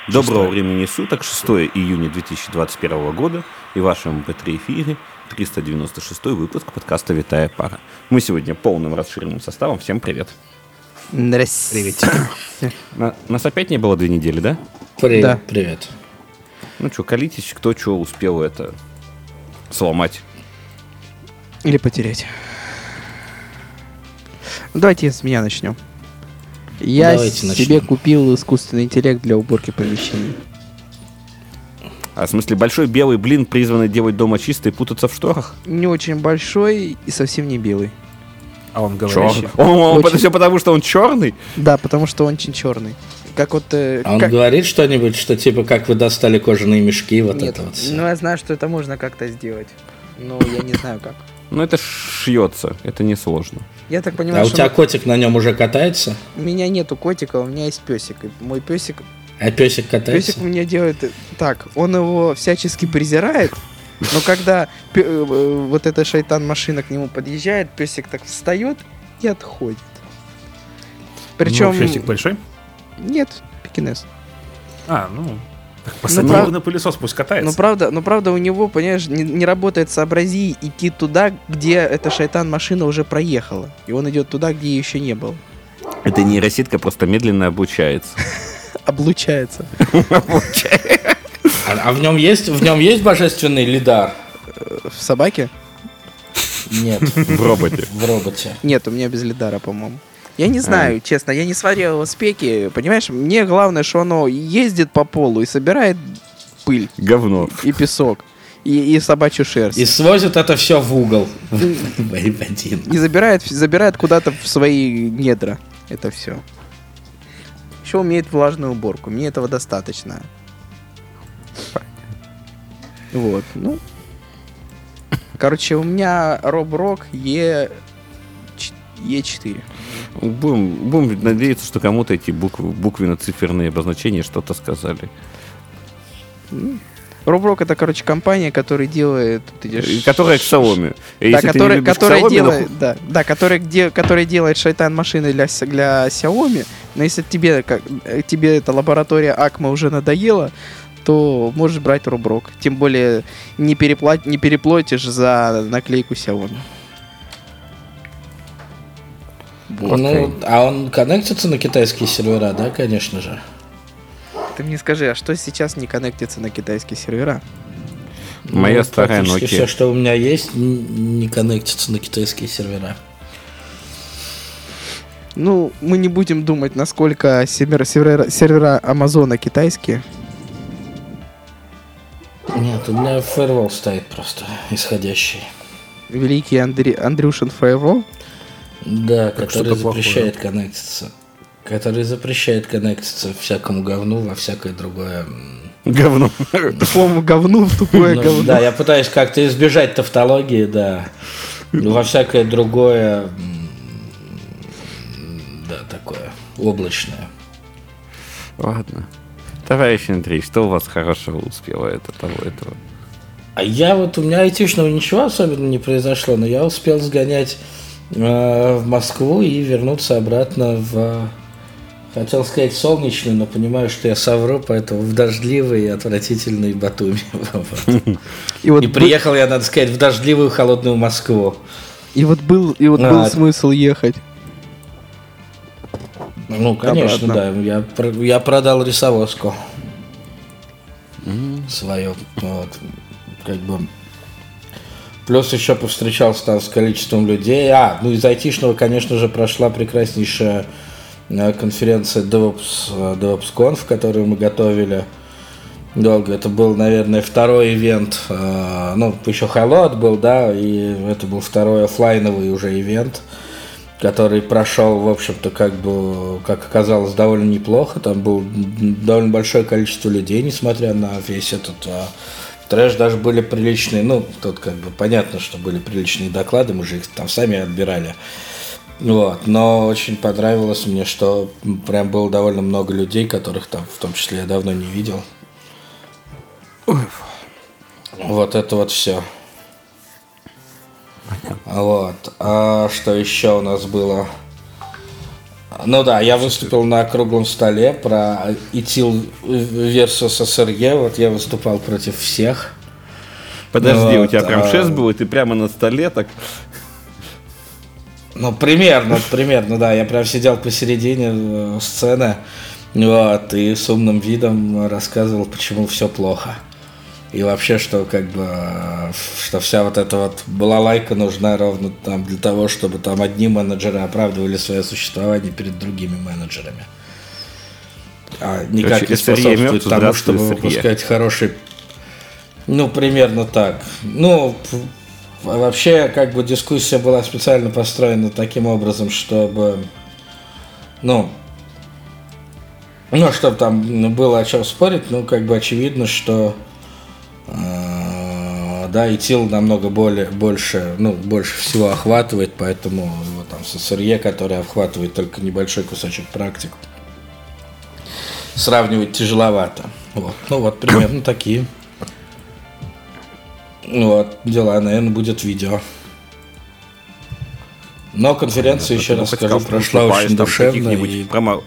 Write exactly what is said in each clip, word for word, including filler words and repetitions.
Доброго времени суток, шестого июня две тысячи двадцать первого года, и в вашем эм пэ три эфире триста девяносто шестой выпуск подкаста «Витая пара». Мы сегодня полным расширенным составом. Всем привет. Здрасте. Привет. На, нас опять не было две недели, да? Привет. Да. Привет. Ну что, колитесь, кто что успел это сломать. Или потерять. Ну, давайте с меня начнем. Я Давайте себе начнем. купил искусственный интеллект для уборки помещений. А в смысле, большой белый блин, призванный делать дома чисто и путаться в шторах? Не очень большой и совсем не белый. А он говорит, Черный. Он, он, Очень. Все потому, что он черный? Да, потому что он очень черный. Как вот... э, А он как- говорит что-нибудь, что типа как вы достали кожаные мешки, вот Нет, это вот всё? ну я знаю, что это можно как-то сделать. Но я не знаю как. Ну это шьется, это несложно. Я так понимаю, А у что тебя котик на нем уже катается? у меня нету котика, у меня есть песик. И мой песик... А песик катается? Песик у меня делает... э, Так, он его всячески презирает, но когда пе- э, э, вот эта шайтан-машина к нему подъезжает, песик так встает и отходит. Причем... Ну, песик большой? Нет, пекинес. А, ну... Так посади прав- его на пылесос, пусть катается. Но правда, но правда у него, понимаешь, не, не работает сообрази идти туда, где эта шайтан-машина уже проехала. И он идет туда, где ее еще не было. Эта нейросетка просто медленно обучается. Облучается. А, а в нем есть, в нем есть божественный лидар? В собаке? Нет, В роботе. в роботе. Нет, у меня без лидара, по-моему. Я не знаю, честно, я не смотрел его спеки. Понимаешь, мне главное, что оно ездит по полу и собирает пыль Говно. и песок. И, и собачью шерсть. И свозит это все в угол. В один. И забирает, забирает куда-то в свои недра. Это все. Еще умеет влажную уборку. Мне этого достаточно. Вот, ну. Короче, у меня Robrock E четыре. Будем, будем надеяться, что кому-то эти буквы, буквенно-циферные обозначения что-то сказали. Robrock это, короче, компания, которая делает... вот эти ш- Которая к Xiaomi. И Да, если ты не которая, любишь которая Xiaomi, делает, ну, да, да, которая, где, которая делает шайтан-машины для, с- для Xiaomi, но если тебе, как, э, тебе эта лаборатория Акма уже надоела, то можешь брать Robrock. Тем более не, переплат, не переплатишь за наклейку Xiaomi. Ну, а он коннектится на китайские сервера, да, конечно же. Ты мне скажи, а что сейчас не коннектится на китайские сервера? Моя Ну, старая практически Nokia. все, что у меня есть, н- не коннектится на китайские сервера. Ну, мы не будем думать, насколько сервера, сервера, сервера Амазона китайские. Нет, у меня фаервол стоит просто, исходящий. Великий Андре, Андрюшин Firewall. Да, который что-то запрещает коннектиться. Который запрещает коннектиться всякому говну во всякое другое. м, Говно. Тупому говну в тупое ну, говно. да, я пытаюсь как-то избежать тавтологии, да. Ну, во всякое другое. м, Да, такое. Облачное. Ладно. Товарищ Андрей, что у вас хорошего успело это того этого? А я вот, у меня айтишного ничего особенно не произошло, но я успел сгонять э, в Москву и вернуться обратно в, хотел сказать, солнечный, но понимаю, что я совру, поэтому в дождливый и отвратительный Батуми. Вот. И вот, И бы- приехал я, надо сказать, в дождливую холодную Москву. и вот был, и вот А, был это- смысл ехать. Ну, конечно, да. Обратно. Я, про- я продал рисовозку свою. Вот. Как бы. Плюс еще повстречался там с количеством людей. А, ну из айтишного, конечно же, прошла прекраснейшая э, конференция DevOps, э, DevOpsConf, которую мы готовили долго. Это был, наверное, второй ивент. э, Ну, еще Highload был, да, и это был второй оффлайновый уже ивент, который прошел, в общем-то, как бы, как оказалось, довольно неплохо. Там было довольно большое количество людей, несмотря на весь этот а, трэш. Даже были приличные, ну, тут как бы понятно, что были приличные доклады, мы же их там сами отбирали. Вот. Но очень понравилось мне, что прям было довольно много людей, которых там, в том числе, я давно не видел. Вот это вот все. Вот. А что еще у нас было? Ну да, я выступил на круглом столе про ИТИЛ versus СРЕ. Вот я выступал против всех. Подожди, вот, у тебя прям а... шест был, и ты прямо на столе так... Ну, примерно, примерно, да. Я прям сидел посередине сцены, вот, и с умным видом рассказывал, почему все плохо. И вообще, что как бы, что вся вот эта вот балалайка нужна ровно там для того, чтобы там одни менеджеры оправдывали свое существование перед другими менеджерами. А никак Короче, не способствует тому, чтобы эс эр е. выпускать хороший... Ну, примерно так. Ну, вообще, как бы дискуссия была специально построена таким образом, чтобы... Ну... Ну, чтобы там было о чем спорить, ну, как бы очевидно, что... Да, ИТИЛ намного более, больше, ну, больше всего охватывает, поэтому вот там с СРЕ, который охватывает только небольшой кусочек практик, сравнивать тяжеловато. Вот. Ну вот, примерно такие. Вот, дела, наверное, будет видео. Но конференция, еще раз скажу, прошла очень душевно. И... Промо...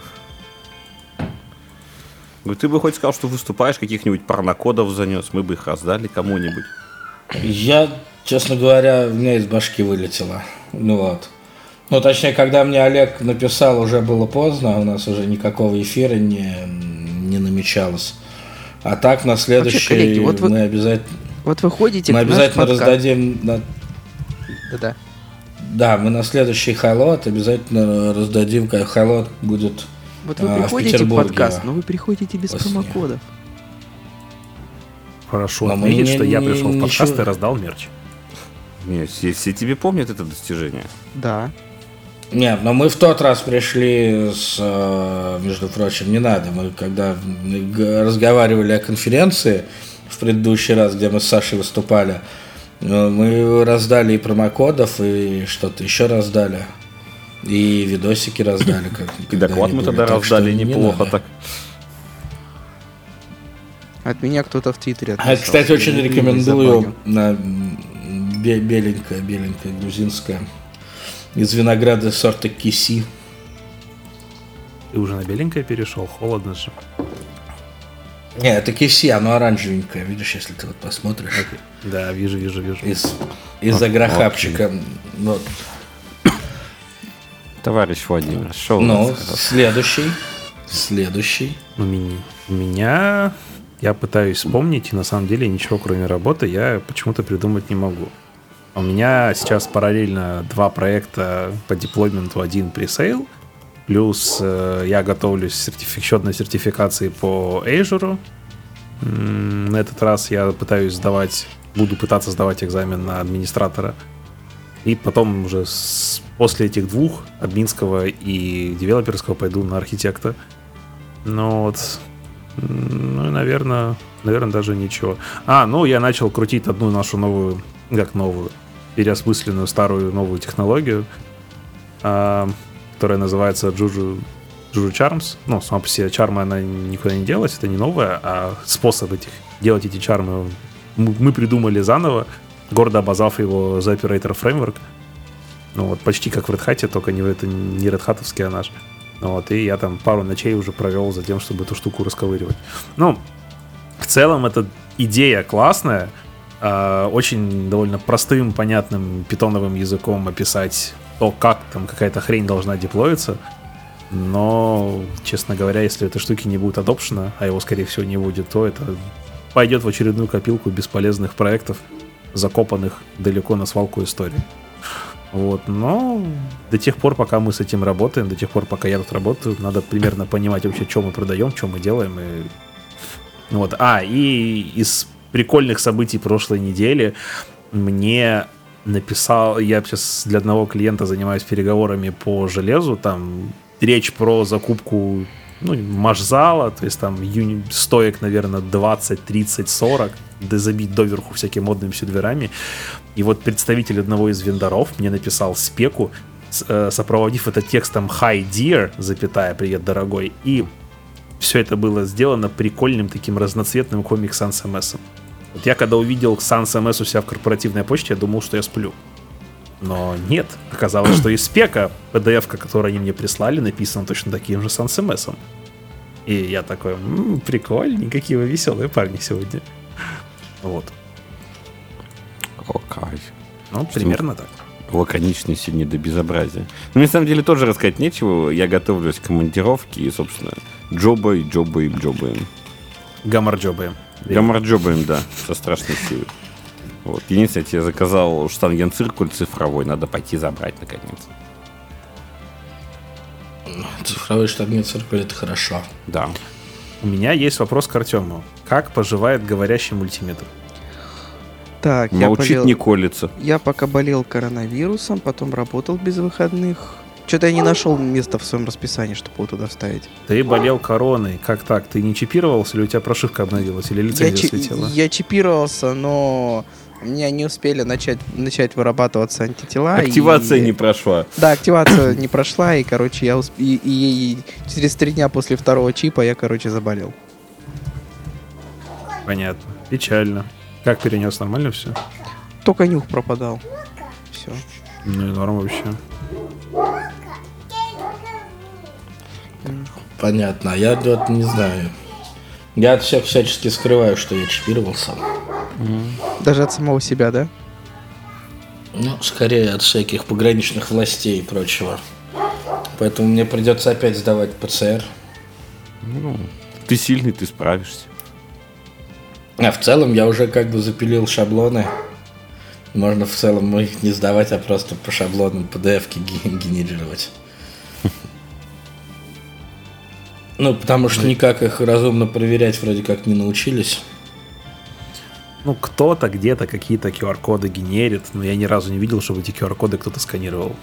Ты бы хоть сказал, что выступаешь, каких-нибудь парнокодов занес, мы бы их раздали кому-нибудь. Я, честно говоря, у меня из башки вылетело. Ну вот. Ну, точнее, когда мне Олег написал, уже было поздно, у нас уже никакого эфира не, не намечалось. А так на следующий Вообще, коллеги, вот мы вы, обязательно... Вот вы ходите мы обязательно раздадим... На... Да-да. Да, мы на следующий Хайлот обязательно раздадим, как Хайлот будет... Вот вы а, приходите в подкаст, но вы приходите без промокодов. Хорошо, отметить, что я пришел в подкаст ничего... и раздал мерч. Нет, все, все тебе помнят это достижение? Да. Нет, но мы в тот раз пришли с, между прочим, не надо. Мы когда разговаривали о конференции в предыдущий раз, где мы с Сашей выступали, мы раздали и промокодов, и что-то еще раздали. И видосики раздали. Как, и доклад мы тогда так раздали неплохо не так. От меня кто-то в Твиттере отписал. А, кстати, очень рекомендую на беленькое, беленькое, грузинское. Из винограда сорта киси. Ты уже на беленькое перешел? Холодно же. Не, это киси, оно оранжевенькое. Видишь, если ты вот посмотришь. Okay. Да, вижу, вижу, вижу. Из, из агрохапчика. Вот. Товарищ Владимир, что Ну, следующий. Следующий. У меня, у меня... Я пытаюсь вспомнить, и на самом деле ничего, кроме работы, я почему-то придумать не могу. У меня сейчас параллельно два проекта по деплойменту, один пресейл, плюс э, я готовлюсь к сертификационной сертификации по Azure. М-м, на этот раз я пытаюсь сдавать, буду пытаться сдавать экзамен на администратора. И потом уже с, после этих двух, админского и девелоперского, пойду на архитекта. Ну вот... Ну, наверное, наверное, даже ничего. А, ну, я начал крутить одну нашу новую, как новую, переосмысленную старую новую технологию, а, которая называется Juju, Juju Charms. Ну, сама по себе чармы, она никуда не делась, это не новая, а способ этих, делать эти чармы мы придумали заново, гордо обозвав его The Operator Framework. Ну, вот почти как в Red Hat, только не, это не Red Hat-овский, а наш. Вот, и я там пару ночей уже провел за тем, чтобы эту штуку расковыривать. Ну, в целом, эта идея классная. Э, очень довольно простым, понятным питоновым языком описать то, как там какая-то хрень должна деплоиться. Но, честно говоря, если этой штуки не будет адопшена, а его, скорее всего, не будет, то это пойдет в очередную копилку бесполезных проектов, закопанных далеко на свалку истории. Вот, но до тех пор, пока мы с этим работаем, до тех пор, пока я тут работаю, надо примерно понимать вообще, что мы продаем, что мы делаем. И... Вот. А, и из прикольных событий прошлой недели мне написал, я сейчас для одного клиента занимаюсь переговорами по железу, там речь про закупку, ну, машзала, то есть там юни... стоек, наверное, двадцать, тридцать, сорок, да забить доверху всякими модными сюдверами. И вот представитель одного из вендоров мне написал спеку, сопроводив это текстом «Hi, dear», запятая, «Привет, дорогой», и все это было сделано прикольным таким разноцветным комик Sans эм эс. Вот я когда увидел Sans эм эс у себя в корпоративной почте, я думал, что я сплю. Но нет, оказалось, что из спека пи ди эф, которую они мне прислали, написана точно таким же сан эс эм эс. И я такой, м-м, прикольненькие, какие вы веселые парни сегодня. Вот. Окей. Ну, примерно так. Лаконичный сегодня до безобразия. Но на самом деле тоже рассказать нечего. Я готовлюсь к командировке и, собственно, джобай, джобаем, джобаем. Гамар-джобаем. Гамар-джобаем, да, со страшной силой. Вот. Единственное, я заказал штангенциркуль цифровой, надо пойти забрать, наконец. Цифровой штангенциркуль — это хорошо. Да. У меня есть вопрос к Артему. Как поживает говорящий мультиметр? Так, Молчит, я болел... не колется. Я пока болел коронавирусом, потом работал без выходных. Что-то я не нашел места в своем расписании, чтобы его туда вставить. Ты болел короной. Как так? Ты не чипировался, или у тебя прошивка обновилась, или лицензия Я, чи- слетела? я чипировался, но у меня не успели начать, начать вырабатываться антитела. Активация и... не прошла. Да, активация не прошла, и, короче, я усп... и, и, и через три дня после второго чипа я, короче, заболел. Понятно. Печально. Как перенес? Нормально все? Только нюх пропадал. Все. Ну и норм вообще. Понятно. А я вот не знаю. Я от всех всячески скрываю, что я чипировался. Даже от самого себя, да? Ну, скорее от всяких пограничных властей и прочего. Поэтому мне придется опять сдавать ПЦР. Ну, ты сильный, ты справишься. А в целом я уже как бы запилил шаблоны. Можно в целом их не сдавать, а просто по шаблонам пи ди эф-ки генерировать. Ну, потому что никак их разумно проверять вроде как не научились. Ну, кто-то где-то какие-то ку ар-коды генерит, но я ни разу не видел, чтобы эти ку ар-коды кто-то сканировал.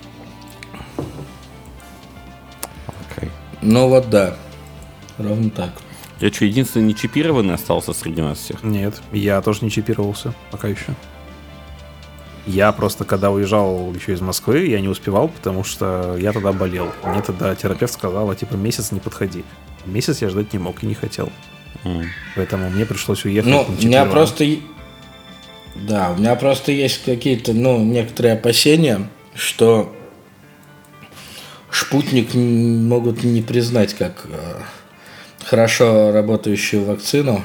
Okay. Ну вот да. Ровно так. Я что, единственный не чипированный остался среди нас всех? Нет, я тоже не чипировался, пока еще. Я просто, когда уезжал еще из Москвы, я не успевал, потому что я тогда болел. Мне тогда терапевт сказал, типа, месяц не подходи. Месяц я ждать не мог и не хотел. Mm. Поэтому мне пришлось уехать. Ну, у меня просто... Да, у меня просто есть какие-то, ну, некоторые опасения, что Спутник могут не признать как хорошо работающую вакцину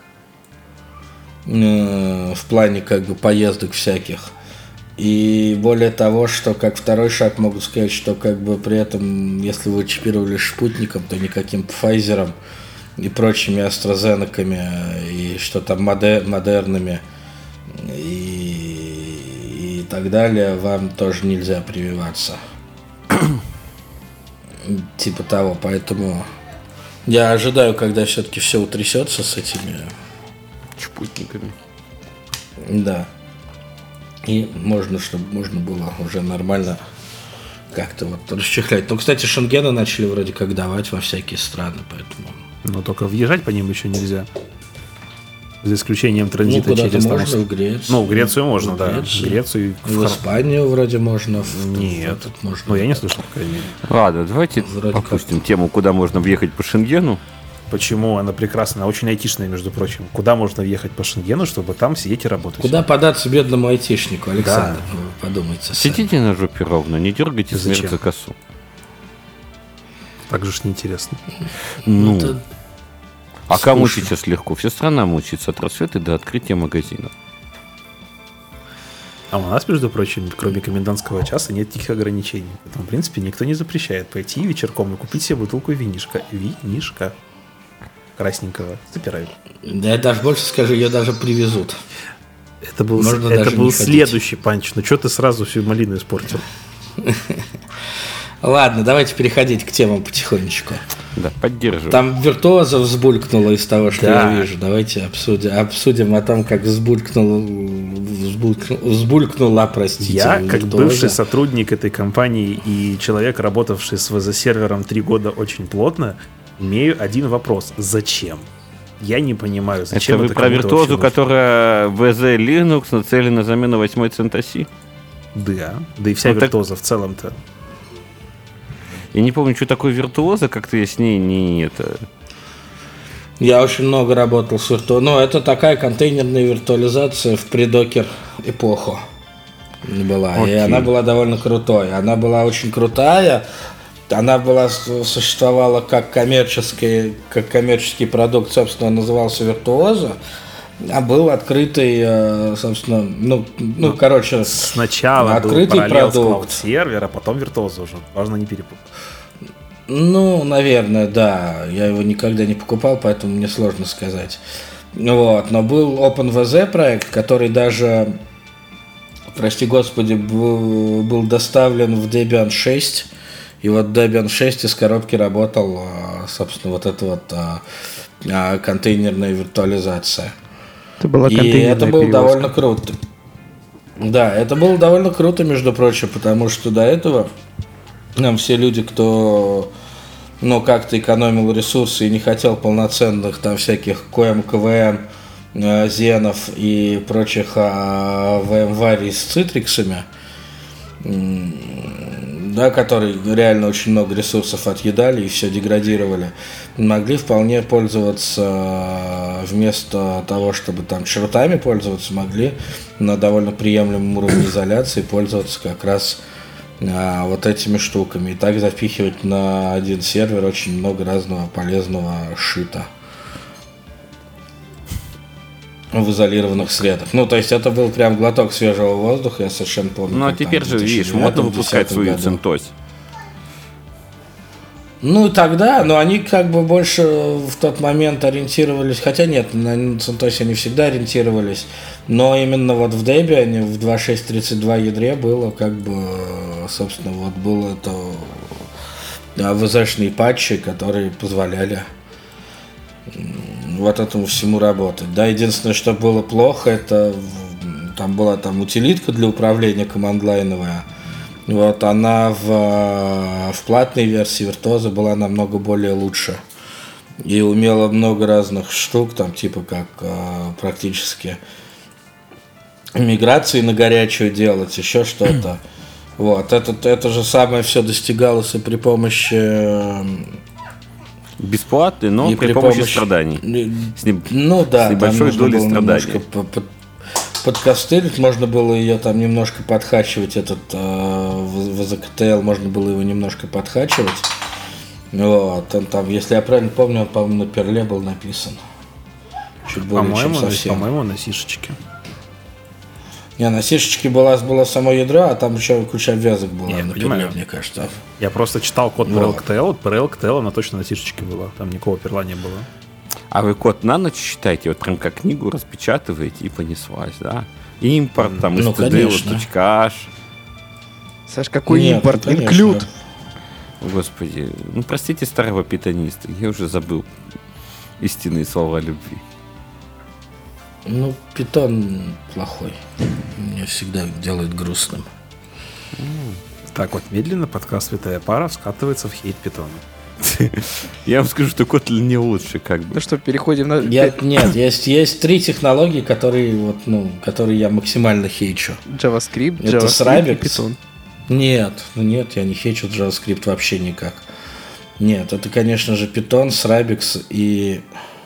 в плане как бы поездок всяких. И более того, что как второй шаг могут сказать, что как бы при этом, если вы чипировались Спутником, то никаким Pfizer'ом и прочими AstraZeneca'ми, и что там модер, модернами и, и так далее, вам тоже нельзя прививаться. Типа того, поэтому я ожидаю, когда все-таки все утрясется с этими Спутниками. Да. И можно, чтобы можно было уже нормально как-то вот расчехлять. Но, кстати, шенгены начали вроде как давать во всякие страны, поэтому... Но только въезжать по ним еще нельзя. За исключением транзита ну, через... можно, там... в Грецию. Ну, в Грецию можно, в да. Грецию. В Грецию. В, в Испанию вроде можно. В... Нет. Тут можно. Ну, я не слышал, по крайней мере. Ладно, давайте Вроде опустим как. тему, куда можно въехать по Шенгену. Почему она прекрасна, она очень айтишная, между прочим. Куда можно въехать по Шенгену, чтобы там сидеть и работать? Куда податься бедному айтишнику, Александр? Да. Вы подумайте сами. Сидите на жопе ровно, не дергайте смерть Зачем? за косу. Так же ж неинтересно. Ну, Это а кому скучно. сейчас легко? Вся страна мучается от рассвета до открытия магазинов. А у нас, между прочим, кроме комендантского часа, нет никаких ограничений. Поэтому, в принципе, никто не запрещает пойти вечерком и купить себе бутылку винишка. Винишка. Красненького. Запирай. Да, я даже больше скажу, ее даже привезут. Это был, Можно это даже был не ходить. следующий панч. Ну что ты сразу всю малину испортил? Ладно, давайте переходить к темам потихонечку. Да, поддерживаю. Там виртуоза взбулькнула из того, что Да. я вижу. Давайте обсудим, обсудим о том, как взбулькнула, взбулькнула, взбулькнула простите, Я, как виртуоза. бывший сотрудник этой компании и человек, работавший с ви зет-сервером три года очень плотно, имею один вопрос. Зачем? Я не понимаю, зачем Это вы это про кому-то виртуозу, вообще нужно. которая ви зет Linux нацелена на замену восьмой CentOS? Да, да и вся Ну, так- виртуоза в целом-то. Я не помню, что такое виртуоза, как-то я с ней не это... Я очень много работал с виртуозой. Ну, это такая контейнерная виртуализация в предокер эпоху. была. Окей. И она была довольно крутой. Она была очень крутая. Она была, существовала как коммерческий, как коммерческий продукт, собственно, назывался Virtuoso. А был открытый, собственно, ну, ну короче, сначала открытый был продукт. сервер, а потом Virtuoso уже. Важно не перепутать. Ну, наверное, да. Я его никогда не покупал, поэтому мне сложно сказать. Вот. Но был OpenVZ проект, который даже, прости господи, был, был доставлен в Debian шесть. И вот Debian шесть из коробки работал, собственно, вот эта вот контейнерная виртуализация. Это была И контейнерная это было перевозка. довольно круто. Да, это было довольно круто, между прочим, потому что до этого нам все люди, кто, ну, как-то экономил ресурсы и не хотел полноценных там всяких КОЭМ, КВМ, э, Зенов и прочих э, ВМ-варий с цитриксами, э, да, которые реально очень много ресурсов отъедали и все деградировали, могли вполне пользоваться, вместо того, чтобы там шрутами пользоваться, могли на довольно приемлемом уровне изоляции пользоваться как раз а, вот этими штуками. И так запихивать на один сервер очень много разного полезного шита в изолированных средах. Ну, то есть это был прям глоток свежего воздуха, я совершенно помню. Ну, а как там теперь в же, видишь, модно выпускать две тысячи десятом свою году. Центось. Ну, тогда, но они как бы больше в тот момент ориентировались, хотя нет, на Центосе они всегда ориентировались, но именно вот в Debian, в два точка шесть точка тридцать два ядре было как бы, собственно, вот было это да, ви зет-шные патчи, которые позволяли вот этому всему работать. Да, единственное, что было плохо, это там была там утилитка для управления команд-лайновая. Вот она в, в платной версии Virtuoso была намного более лучше. И умела много разных штук, там типа как э, практически миграции на горячую делать, еще что-то. Вот, это, это же самое все достигалось и при помощи... Э, Бесплатный, но и при, при помощи помощи- страданий. С неб- Ну да, с небольшой там нужно долей было страданий. немножко по- по- подкостылить, можно было ее там немножко подхачивать, этот э, ви зет кей ти эл, можно было его немножко подхачивать. Вот, он там, если я правильно помню, он, по-моему, на перле был написан. Чуть более чем По-моему, на, совсем. по-моему, на сишечке. Не, на сишечке была, было само ядро, а там еще куча обвязок была Я на понимаю. перле, мне кажется. Я просто читал код Вот. пи эл кей ти эл, пи эл кей ти эл, она точно на сишечке была. Там никакого перла не было. А вы код на ночь читаете, вот прям как книгу распечатываете и понеслась, да? Импорт, там, Ну, из ти ди, конечно. точкаш. Саш, какой Нет, импорт? ну, конечно. Инклюд. Господи, ну простите старого питониста, я уже забыл истинные слова любви. Ну, питон плохой. Меня всегда делает грустным. Так вот, медленно подкаст «Святая пара» скатывается в хейт питона. Я вам скажу, что Kotlin не лучше, как бы. Ну что, переходим на... Я, нет, есть, есть три технологии, которые, вот, ну, которые я максимально хейчу. JavaScript, Это JavaScript и Srabix. Python. Нет, ну нет, я не хейчу JavaScript вообще никак. Нет, это, конечно же, Python, Srabix и...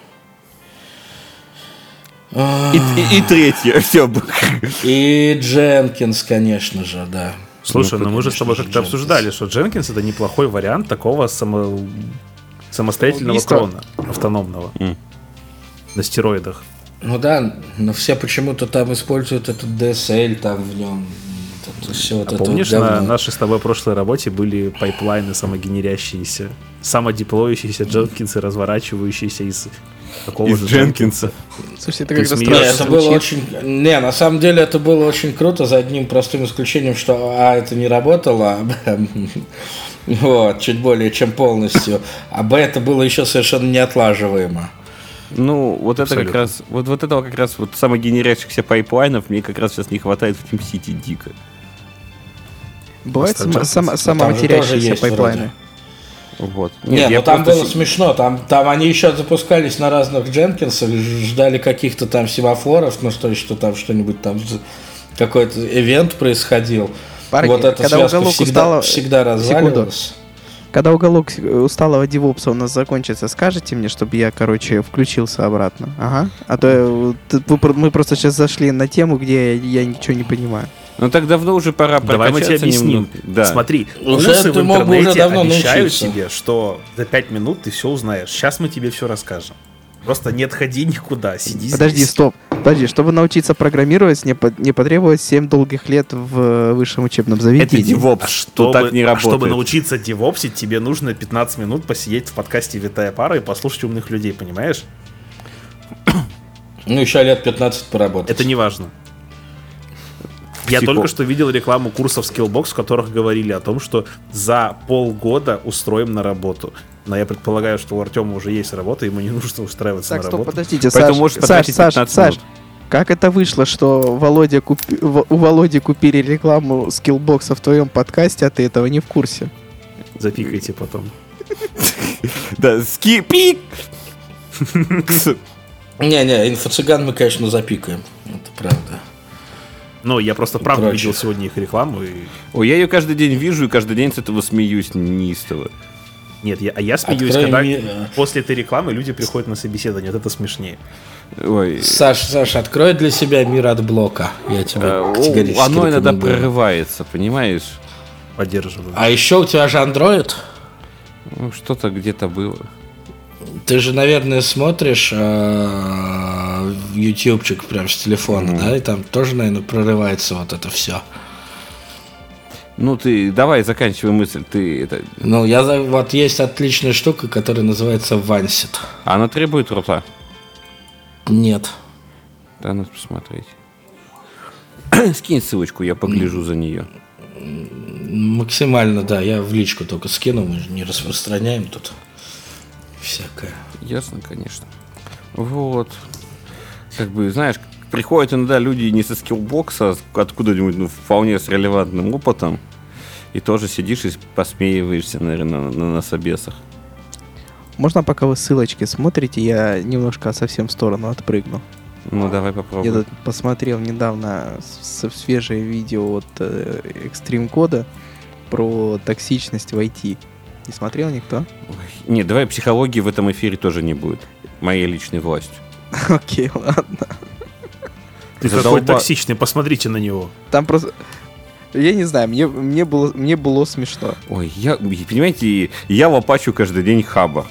И, и- и третье, все. И Jenkins, конечно же, да. Слушай, Ну, ну мы же с тобой конечно как-то же, обсуждали, что Jenkins это неплохой вариант такого само... самостоятельного Убийство. крона автономного М. на стероидах. Ну да, но все почему-то там используют этот ди эс эл там в нем. Все вот А это помнишь, вот на говно. нашей с тобой прошлой работе были пайплайны самогенерящиеся, самодеплоящиеся Jenkins, разворачивающиеся из такого Из же Дженкинса. Слушай, это Ты как-то смеешься? Не, страшно это было звучит. очень... Не, на самом деле это было очень круто, за одним простым исключением, что А, это не работало, а Б, вот, чуть более чем полностью, а Б, это было еще совершенно неотлаживаемо. Ну, вот это как Абсолютно. раз, вот, вот этого как раз вот самогенерящихся пайплайнов мне как раз сейчас не хватает в TeamCity дико. Бывают Остальное- сам, сам, тоже самоматерящиеся есть пайплайны. Вот. Не, Нет, ну я там просто было с- смешно, там, там они еще запускались на разных Дженкинсах, ж- ждали каких-то там семафоров, ну что, что там что-нибудь там, з- какой-то ивент происходил. Парни, вот эта когда связка уголок всегда, устала- всегда разваливалась. Когда уголок усталого девопса у нас закончится, скажете мне, чтобы я, короче, включился обратно? Ага. А то я, вот, вы про- мы просто сейчас зашли на тему, где я, я ничего не понимаю. Ну так давно уже пора Давай мы тебе объясним. Немного. Да. Смотри, Уже курсы в ты мог бы интернете уже давно обещают научиться. тебе, что за пять минут ты все узнаешь. Сейчас мы тебе все расскажем. Просто не отходи никуда, сиди Подожди, здесь. стоп. Подожди, чтобы научиться программировать, не, по- не потребовалось семь долгих лет в высшем учебном Это заведении. DevOps, А что чтобы, так не а работает. чтобы научиться девопсить, тебе нужно пятнадцать минут посидеть в подкасте «Витая пара» и послушать умных людей, понимаешь? Ну, еще лет пятнадцать поработать. Это не важно. Я Психо- только что видел рекламу курсов Skillbox, в которых говорили о том, что за полгода устроим на работу. Но я предполагаю, что у Артема уже есть работа, ему не нужно устраиваться Так, на стоп, работу. подождите, Поэтому Саш, можешь Саш, потратить Саш, пятнадцать Саш, минут. как это вышло, что Володя купи- в- у Володи купили рекламу скиллбокса в твоем подкасте, а ты этого не в курсе? Запикайте потом. Да, скипи! Не-не, инфо-цыган мы, конечно, запикаем. Это правда. Ну, я просто правда Короче. видел сегодня их рекламу. И... Ой, я ее каждый день вижу и каждый день с этого смеюсь неистово. Нет, я, а я смеюсь, Открой когда ми- после этой рекламы люди приходят на собеседование. Вот это смешнее. Ой, Саш, Саш, открой для себя мир от блока. Я тебе э, категорически о, оно иногда рекомендую. прорывается, понимаешь? Поддерживаю. А еще у тебя же Android. Ну, что-то где-то было. Ты же, наверное, смотришь э, ютубчик прям с телефона, да? И там тоже, наверное, прорывается вот это все. Ну, ты давай заканчивай мысль. Ты это. Ну, я за- вот есть отличная штука, которая называется Вансит. Она требует рута. Нет. Да, надо посмотреть. Скинь ссылочку, я погляжу за нее. Максимально, да. Я в личку только скину, мы же не распространяем тут всякое. Ясно, конечно. Вот. Как бы, знаешь, приходят иногда люди не со скиллбокса, а откуда-нибудь, ну, вполне с релевантным опытом, и тоже сидишь и посмеиваешься, наверное, на, на собесах. Можно, пока вы ссылочки смотрите, я немножко совсем в сторону отпрыгну. Ну, давай Я попробуем. тут посмотрел недавно с- свежее видео от э, Extreme Code про токсичность в ай ти. Не смотрел никто? Ой, нет, давай психологии в этом эфире тоже не будет. Моей личной властью. Окей, ладно. Ты задолба- какой токсичный, посмотрите на него. Там просто... Я не знаю, мне, мне, было, мне было смешно. Ой, я, понимаете, я лопачу каждый день хаба.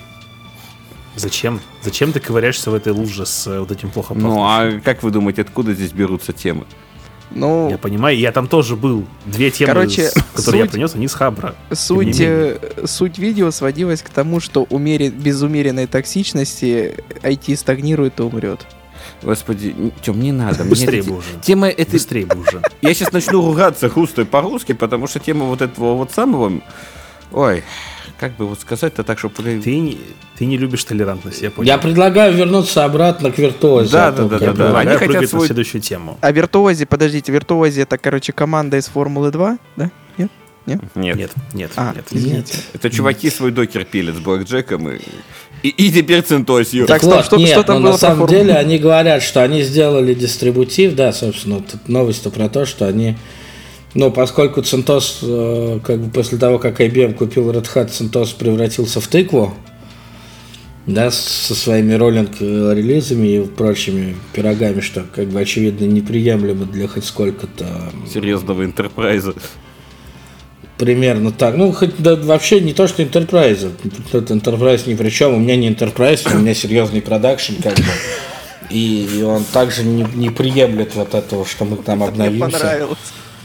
Зачем? Зачем ты ковыряешься в этой луже с э, вот этим плохо пахнущим? Ну, а как вы думаете, откуда здесь берутся темы? Ну, Я понимаю, я там тоже был. Две темы, Короче, с- которые я суть- принес, они с Хабра. суть, Тем не менее. э, суть видео сводилась к тому, что умере- без умеренной токсичности ай ти стагнирует и умрет. Господи, Тём, не надо. мне Быстрее эти- бы уже. Тема это... Быстрее бы уже. Я сейчас начну ругаться хустой по-русски, потому что тема вот этого вот самого... Ой, как бы вот сказать-то так, чтобы... Ты не, ты не любишь толерантность, я понял. Я предлагаю вернуться обратно к виртуозе. Да, а то да, да, как да, бы- да. Предлагаю Они хотят прыгать свой- на следующую тему. А Виртуози, подождите, Виртуози это, короче, команда из Формулы два, да? Нет? Нет. Нет, нет, А, нет. извините. Это чуваки свой докер пилят с блэкджеком и... И, и теперь центосью. Так, Так стоп, вот, что- нет, что там но было на про самом формулу? деле они говорят, что они сделали дистрибутив, да, собственно, тут новость-то про то, что они, ну, поскольку CentOS, э, как бы после того, как ай би эм купил Red Hat, CentOS превратился в тыкву, да, с- со своими роллинг-релизами и прочими пирогами, что, как бы, очевидно, неприемлемо для хоть сколько-то... Серьезного интерпрайза. Примерно так. Ну, хоть да, вообще не то, что Enterprise. Тут Enterprise ни при чем. У меня не Enterprise, у меня серьезный продакшн, как бы. И, и он также не, не приемлет вот этого, что мы там Мне обновимся. понравилось.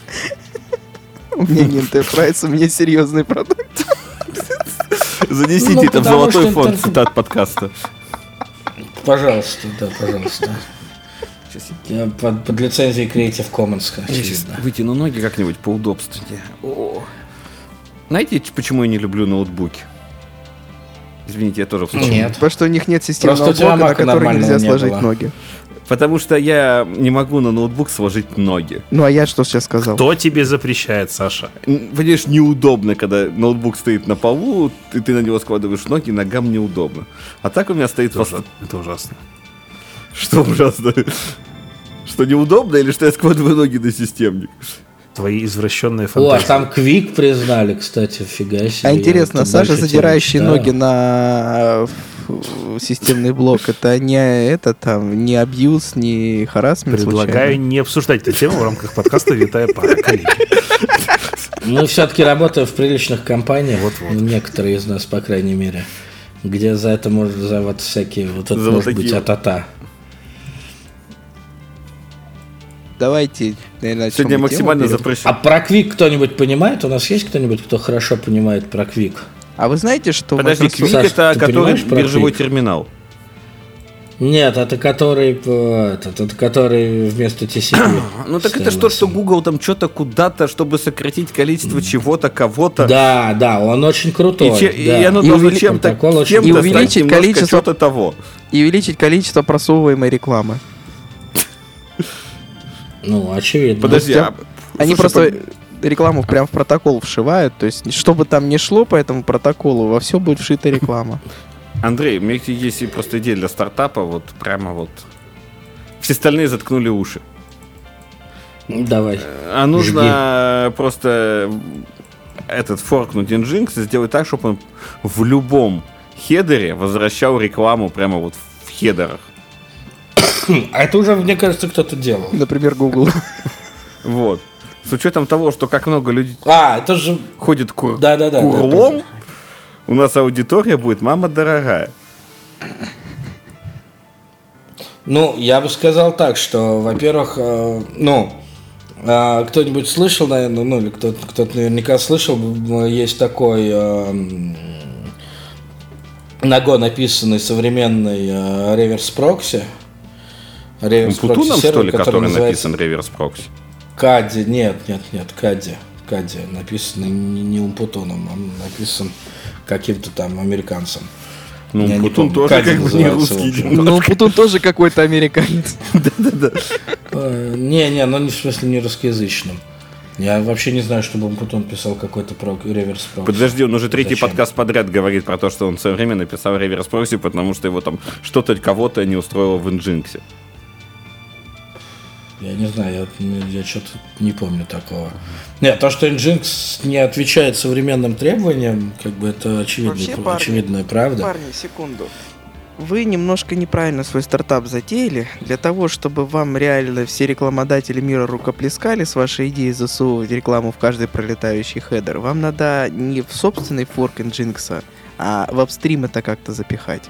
У меня не Enterprise, у меня серьезный продукт. Занесите Ну, это в потому золотой что фонд интер- цитат подкаста. Пожалуйста, да, пожалуйста. Я под, под лицензией Creative Commons, Я сейчас очевидно. вытяну ноги как-нибудь поудобственнее. О. Знаете, почему я не люблю ноутбуки? Извините, я тоже в случае. Нет. Потому что у них нет системного Просто у тебя блока, на мака который нормального нельзя не сложить было. ноги. Потому что я не могу на ноутбук сложить ноги. Ну, а я что сейчас сказал? Кто тебе запрещает, Саша? М, Понимаешь, неудобно, когда ноутбук стоит на полу, и ты на него складываешь ноги, ногам неудобно. А так у меня стоит... Это, вос- ужа- это ужасно. Что ужасно? Что неудобно или что я складываю ноги на системник? Твои извращенные О, а фантазии. там Квик признали, кстати, фига себе. А я интересно, вот Саша, дальше задирающий тему ноги читаю. на э, системный блок. Это не это там, не абьюз, не харассмент. Предлагаю случайно. Не обсуждать эту тему в рамках подкаста «Витая пара», коллеги. Мы все-таки работаем в приличных компаниях, вот-вот. Некоторые из нас, по крайней мере, где за это может за вот всякие, вот это может быть а-та-та. Давайте, наверное, сегодня максимально запрещено. А про Quick кто-нибудь понимает? У нас есть кто-нибудь, кто хорошо понимает про Quick? А вы знаете, что... Подожди, Quick Саш, это который биржевой терминал? Нет, это который, этот, это который вместо ти си пи. Ну так это что, что Google там что-то куда-то, чтобы сократить количество чего-то, кого-то. Да, да, он очень крутой. И, че, да. и оно и должно увели... чем-то, чем и увеличить количество того. И увеличить количество просовываемой рекламы. Ну, очевидно. Подожди, а... Они Слушай, просто по... рекламу прям в протокол вшивают, то есть, что бы там ни шло по этому протоколу, во все будет вшита реклама. Андрей, у меня есть просто идея для стартапа, вот прямо вот. Все остальные заткнули уши. Давай. А нужно Жги. просто этот форкнуть Nginx и сделать так, чтобы он в любом хедере возвращал рекламу прямо вот в хедерах. А это уже, мне кажется, кто-то делал. Например, Google. Вот. С учетом того, что как много людей а, это же... ходит кур... да, да, да, курлом, да, у нас аудитория будет «Мама дорогая». Ну, я бы сказал так, что, во-первых, э, ну, э, кто-нибудь слышал, наверное, ну, или кто-то, кто-то наверняка слышал, есть такой э, на Go написанный современный э, реверс-прокси. Путуном, что ли, который написан реверс-прокси? Кади, нет, нет, нет, Кади. Кади написан не, не Умпутуном, он написан каким-то там американцем. Ну, Умпутун тоже Кади как бы не русский. Ну, Умпутун тоже какой-то американец. Да-да-да. Не-не, но в смысле не русскоязычным. Я вообще не знаю, чтобы Умпутун писал какой-то реверс-прокси. Подожди, он уже третий подкаст подряд говорит про то, что он в свое время написал реверс-прокси, потому что его там что-то кого-то не устроило в Nginx. Я не знаю, я, я что-то не помню такого. Нет, то, что Nginx не отвечает современным требованиям, как бы это очевидный, Вообще, парни, очевидная правда. Парни, секунду. Вы немножко неправильно свой стартап затеяли. Для того, чтобы вам реально все рекламодатели мира рукоплескали с вашей идеей засовывать рекламу в каждый пролетающий хедер, вам надо не в собственный форк Nginx, а в апстрим это как-то запихать.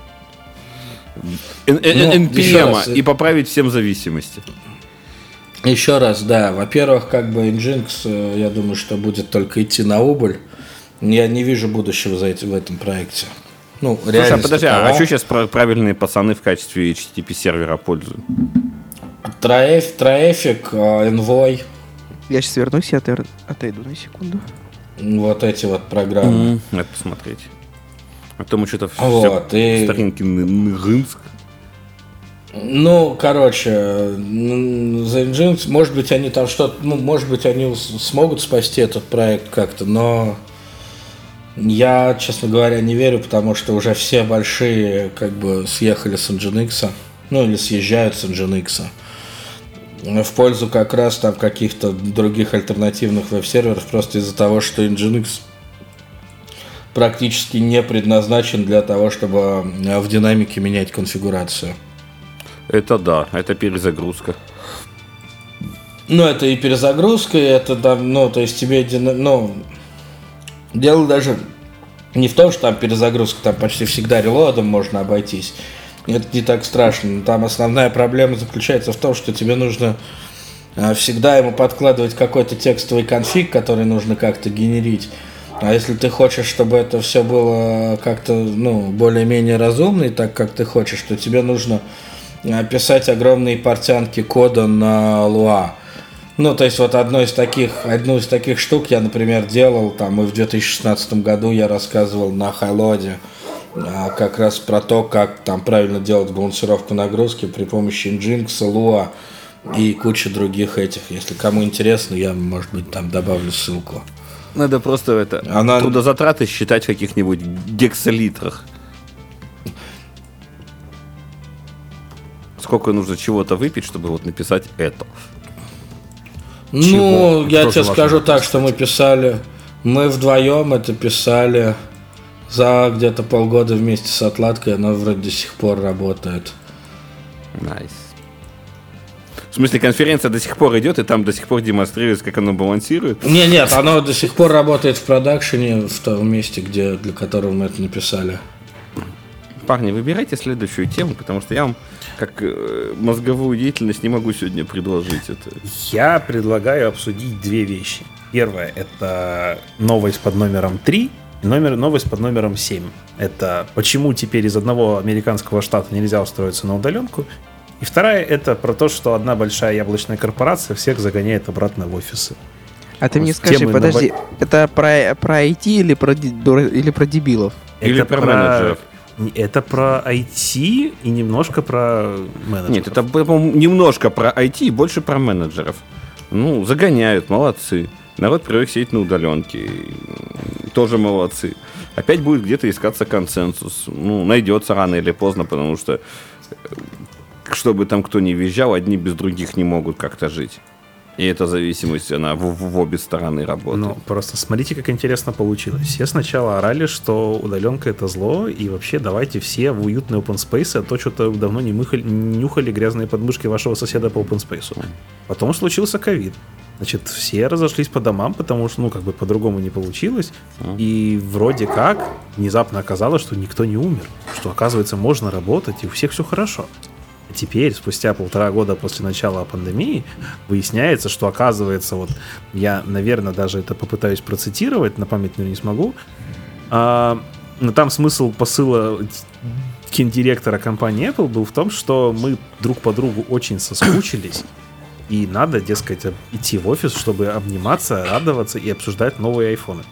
эн пи эм и поправить всем зависимости. Еще раз, да. Во-первых, как бы Nginx, я думаю, что будет только идти на убыль. Я не вижу будущего за этим, в этом проекте. Ну, Слушай, а подожди, такова. А что сейчас правильные пацаны в качестве эйч ти ти пи сервера пользуют? Трафик, трафик, Envoy. Я сейчас вернусь и отойду на секунду. Вот эти вот программы. Mm-hmm. Надо посмотреть. А то мы что-то вот, все и... старинки Nginx. Ну, короче, за Nginx, может быть, они там что-то, ну, может быть, они смогут спасти этот проект как-то, но я, честно говоря, не верю, потому что уже все большие, как бы, съехали с Nginx, ну, или съезжают с Nginx, в пользу как раз там каких-то других альтернативных веб-серверов, просто из-за того, что Nginx практически не предназначен для того, чтобы в динамике менять конфигурацию. Это да, это перезагрузка. Ну, это и перезагрузка, и это, да, ну, то есть тебе, ну, дело даже не в том, что там перезагрузка, там почти всегда релодом можно обойтись. Это не так страшно. Там основная проблема заключается в том, что тебе нужно всегда ему подкладывать какой-то текстовый конфиг, который нужно как-то генерить. А если ты хочешь, чтобы это все было как-то, ну, более-менее разумно, и так, как ты хочешь, то тебе нужно писать огромные портянки кода на Lua. Ну, то есть вот одно из таких, одну из таких штук я, например, делал, там, и в две тысячи шестнадцатом году я рассказывал на Хайлоде как раз про то, как там правильно делать балансировку нагрузки при помощи Nginx, Lua и кучи других этих. Если кому интересно, я, может быть, там добавлю ссылку. Надо просто это Она... трудозатраты считать в каких-нибудь гексалитрах. Сколько нужно чего-то выпить, чтобы вот написать это? Ну, Чего? я тебе скажу так, что мы писали, мы вдвоем это писали За где-то полгода вместе с отладкой она вроде до сих пор работает. Найс. В смысле, конференция до сих пор идет, и там до сих пор демонстрируется, как оно балансирует? Не, нет, оно до сих пор работает в продакшене, в том месте, где, для которого мы это написали. Парни, выбирайте следующую тему, потому что я вам, как э, мозговую деятельность, не могу сегодня предложить это. Я предлагаю обсудить две вещи. Первое — это новость под номером три, и номер, новость под номером семь. Это почему теперь из одного американского штата нельзя устроиться на удаленку. И вторая — это про то, что одна большая яблочная корпорация всех загоняет обратно в офисы. А ты мне скажи, подожди, это про, про ай ти или про, или про дебилов? Или это про менеджеров? Это про ай ти и немножко про менеджеров. Нет, это, по-моему, немножко про ай ти и больше про менеджеров. Ну, загоняют, молодцы. Народ привык сидеть на удаленке. Тоже молодцы. Опять будет где-то искаться консенсус. Ну, найдется рано или поздно, потому что чтобы там кто ни визжал, одни без других не могут как-то жить. И эта зависимость, она в, в обе стороны работает. Ну, просто смотрите, как интересно получилось. Все сначала орали, что удаленка — это зло, и вообще давайте все в уютные open space, а то что-то давно не мыхали, нюхали грязные подмышки вашего соседа по open space. Потом случился ковид. Значит, все разошлись по домам, потому что, ну, как бы по-другому не получилось. И вроде как внезапно оказалось, что никто не умер. Что, оказывается, можно работать, и у всех все хорошо. А теперь, спустя полтора года после начала пандемии, выясняется, что, оказывается, вот я, наверное, даже это попытаюсь процитировать, на память, наверное, не смогу, а, но там смысл посыла гендиректора компании Apple был в том, что мы друг по другу очень соскучились, и надо, дескать, идти в офис, чтобы обниматься, радоваться и обсуждать новые айфоны.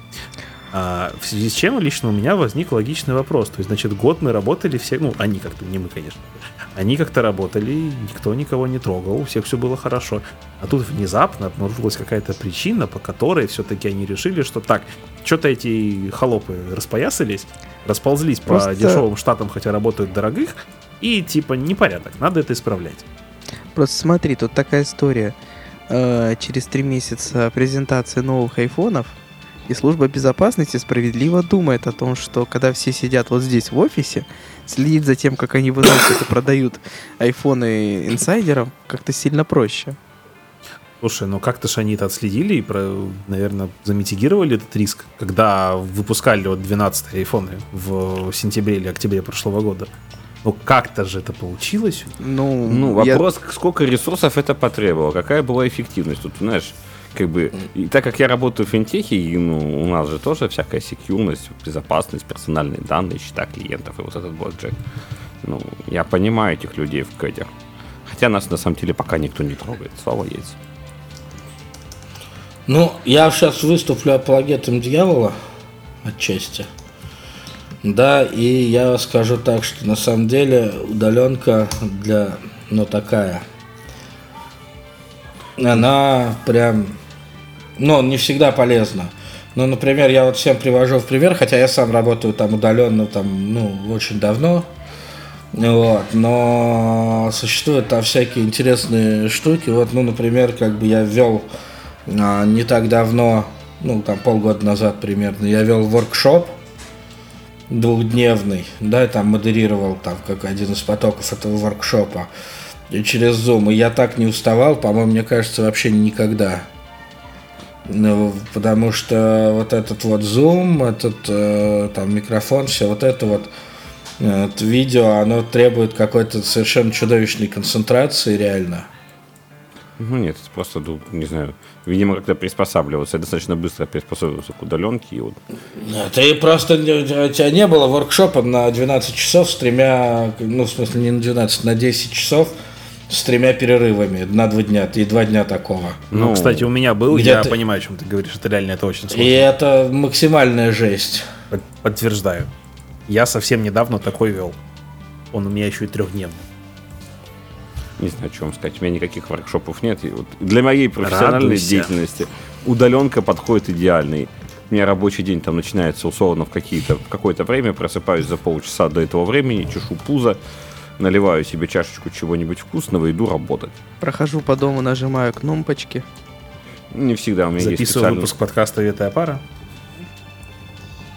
А, в связи с чем лично у меня возник логичный вопрос. То есть, значит, год мы работали все, ну, они как-то, не мы, конечно, они как-то работали, никто никого не трогал, у всех все было хорошо. А тут внезапно обнаружилась какая-то причина, по которой все-таки они решили, что так, что-то эти холопы распоясались, расползлись Просто... по дешевым штатам, хотя работают дорогих, и типа непорядок, надо это исправлять. Просто смотри, тут такая история. Э, через три месяца презентации новых айфонов, и служба безопасности справедливо думает о том, что когда все сидят вот здесь в офисе, следить за тем, как они выносят и продают айфоны инсайдерам, как-то сильно проще. Слушай, ну как-то же они это отследили и, наверное, замитигировали этот риск, когда выпускали вот двенадцатые айфоны в сентябре или октябре прошлого года. Ну как-то же это получилось. Ну, ну вопрос, я... сколько ресурсов это потребовало, какая была эффективность. Тут, знаешь, как бы, и так как я работаю в финтехе, и, ну, у нас же тоже всякая секьюрность, безопасность, персональные данные, счета клиентов и вот этот блокчейн. Ну, я понимаю этих людей в кэдях. Хотя нас на самом деле пока никто не трогает, слава есть. Ну, я сейчас выступлю апологетом дьявола отчасти. Да, и я скажу так, что на самом деле удаленка для, ну, такая, она прям, ну, не всегда полезна. Ну, например, я вот всем привожу в пример, хотя я сам работаю там удаленно, там, ну, очень давно, вот, но существуют там всякие интересные штуки. Вот, ну, например, как бы я ввел а, не так давно, ну, там полгода назад примерно, я вел воркшоп двухдневный, да, и там модерировал там как один из потоков этого воркшопа и через Zoom, и я так не уставал, по-моему, мне кажется, вообще никогда. Ну, потому что вот этот вот Zoom, этот э, там микрофон, все вот это вот э, видео, оно требует какой-то совершенно чудовищной концентрации, реально. Ну нет, это просто, не знаю, видимо, как-то приспосабливаться. Я достаточно быстро приспособился к удаленке. И вот... Ты просто, у тебя не было воркшопа на двенадцать часов с тремя, ну, в смысле, не на двенадцать, на десять часов с тремя перерывами на два дня, и два дня такого. Ну, кстати, у меня был, я ты... понимаю, о чем ты говоришь, это реально, это очень сложно. И это максимальная жесть. Под, подтверждаю. Я совсем недавно такой вел. Он у меня еще и трехдневный. Не знаю, что вам сказать. У меня никаких воркшопов нет. И вот для моей профессиональной Радуйся. деятельности удаленка подходит идеальный. У меня рабочий день там начинается условно в, какие-то, в какое-то время. Просыпаюсь за полчаса до этого времени, чешу пузо, наливаю себе чашечку чего-нибудь вкусного и иду работать. Прохожу по дому, нажимаю кнопочки. Не всегда у меня Записываю есть специальный... выпуск подкаста «Витая пара».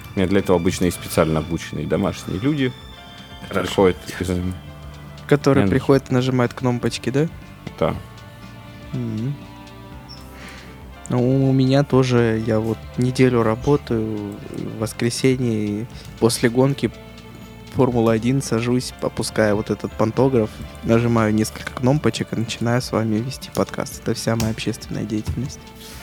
У меня для этого обычно есть специально обученные домашние люди, которые приходят из... Которые Я- приходят и нажимают кнопочки, да? Да. Мгм. Ну, у меня тоже, я вот неделю работаю, в воскресенье и после гонки Формулы один сажусь, опускаю вот этот пантограф, нажимаю несколько кнопочек и начинаю с вами вести подкаст. Это вся моя общественная деятельность.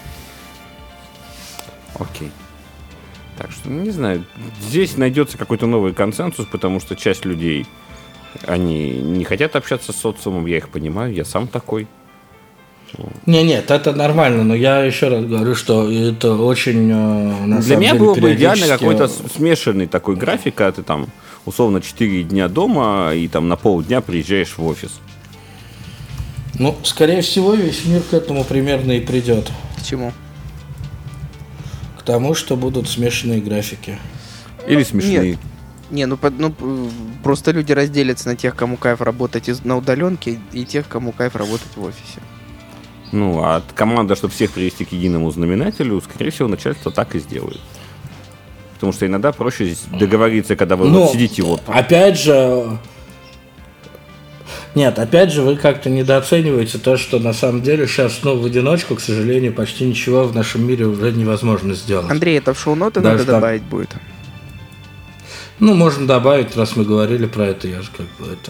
Окей. Так что, ну, не знаю, здесь найдется какой-то новый консенсус, потому что часть людей, они не хотят общаться с социумом, я их понимаю, я сам такой. Не, нет, это нормально, но я еще раз говорю, что это очень, э, на Для самом меня деле, было бы идеально периодически- какой-то с- смешанный такой график, когда ты там условно четыре дня дома и там на полдня приезжаешь в офис. Ну, скорее всего, весь мир к этому примерно и придет. К чему? К тому, что будут смешанные графики. Или смешные. Нет. Не, ну, под- ну п- просто люди разделятся на тех, кому кайф работать из- на удаленке, и тех, кому кайф работать в офисе. Ну, а команда, чтобы всех привести к единому знаменателю, скорее всего, начальство так и сделает. Потому что иногда проще здесь договориться, когда вы Ну, вот сидите вот. Опять же... Нет, опять же, вы как-то недооцениваете то, что на самом деле сейчас, ну, в одиночку, к сожалению, почти ничего в нашем мире уже невозможно сделать. Андрей, это в шоу-ноты Даже надо там- добавить будет? Ну, можно добавить, раз мы говорили про это, я же как бы это...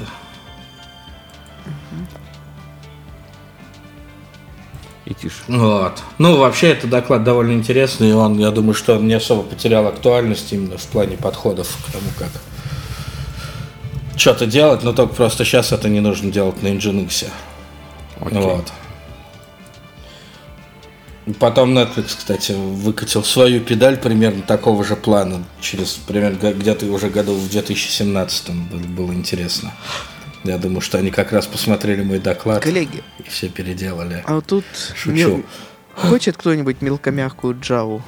И тише. Вот. Ну, вообще, это доклад довольно интересный, и он, я думаю, что он не особо потерял актуальность именно в плане подходов к тому, как что-то делать, но только просто сейчас это не нужно делать на Nginx. Окей. Вот. Потом Netflix, кстати, выкатил свою педаль примерно такого же плана, через примерно г- где-то уже году в две тысячи семнадцатом было, было интересно. Я думаю, что они как раз посмотрели мой доклад Коллеги, и все переделали. а вот тут Шучу. мел- хочет кто-нибудь мелкомягкую джаву?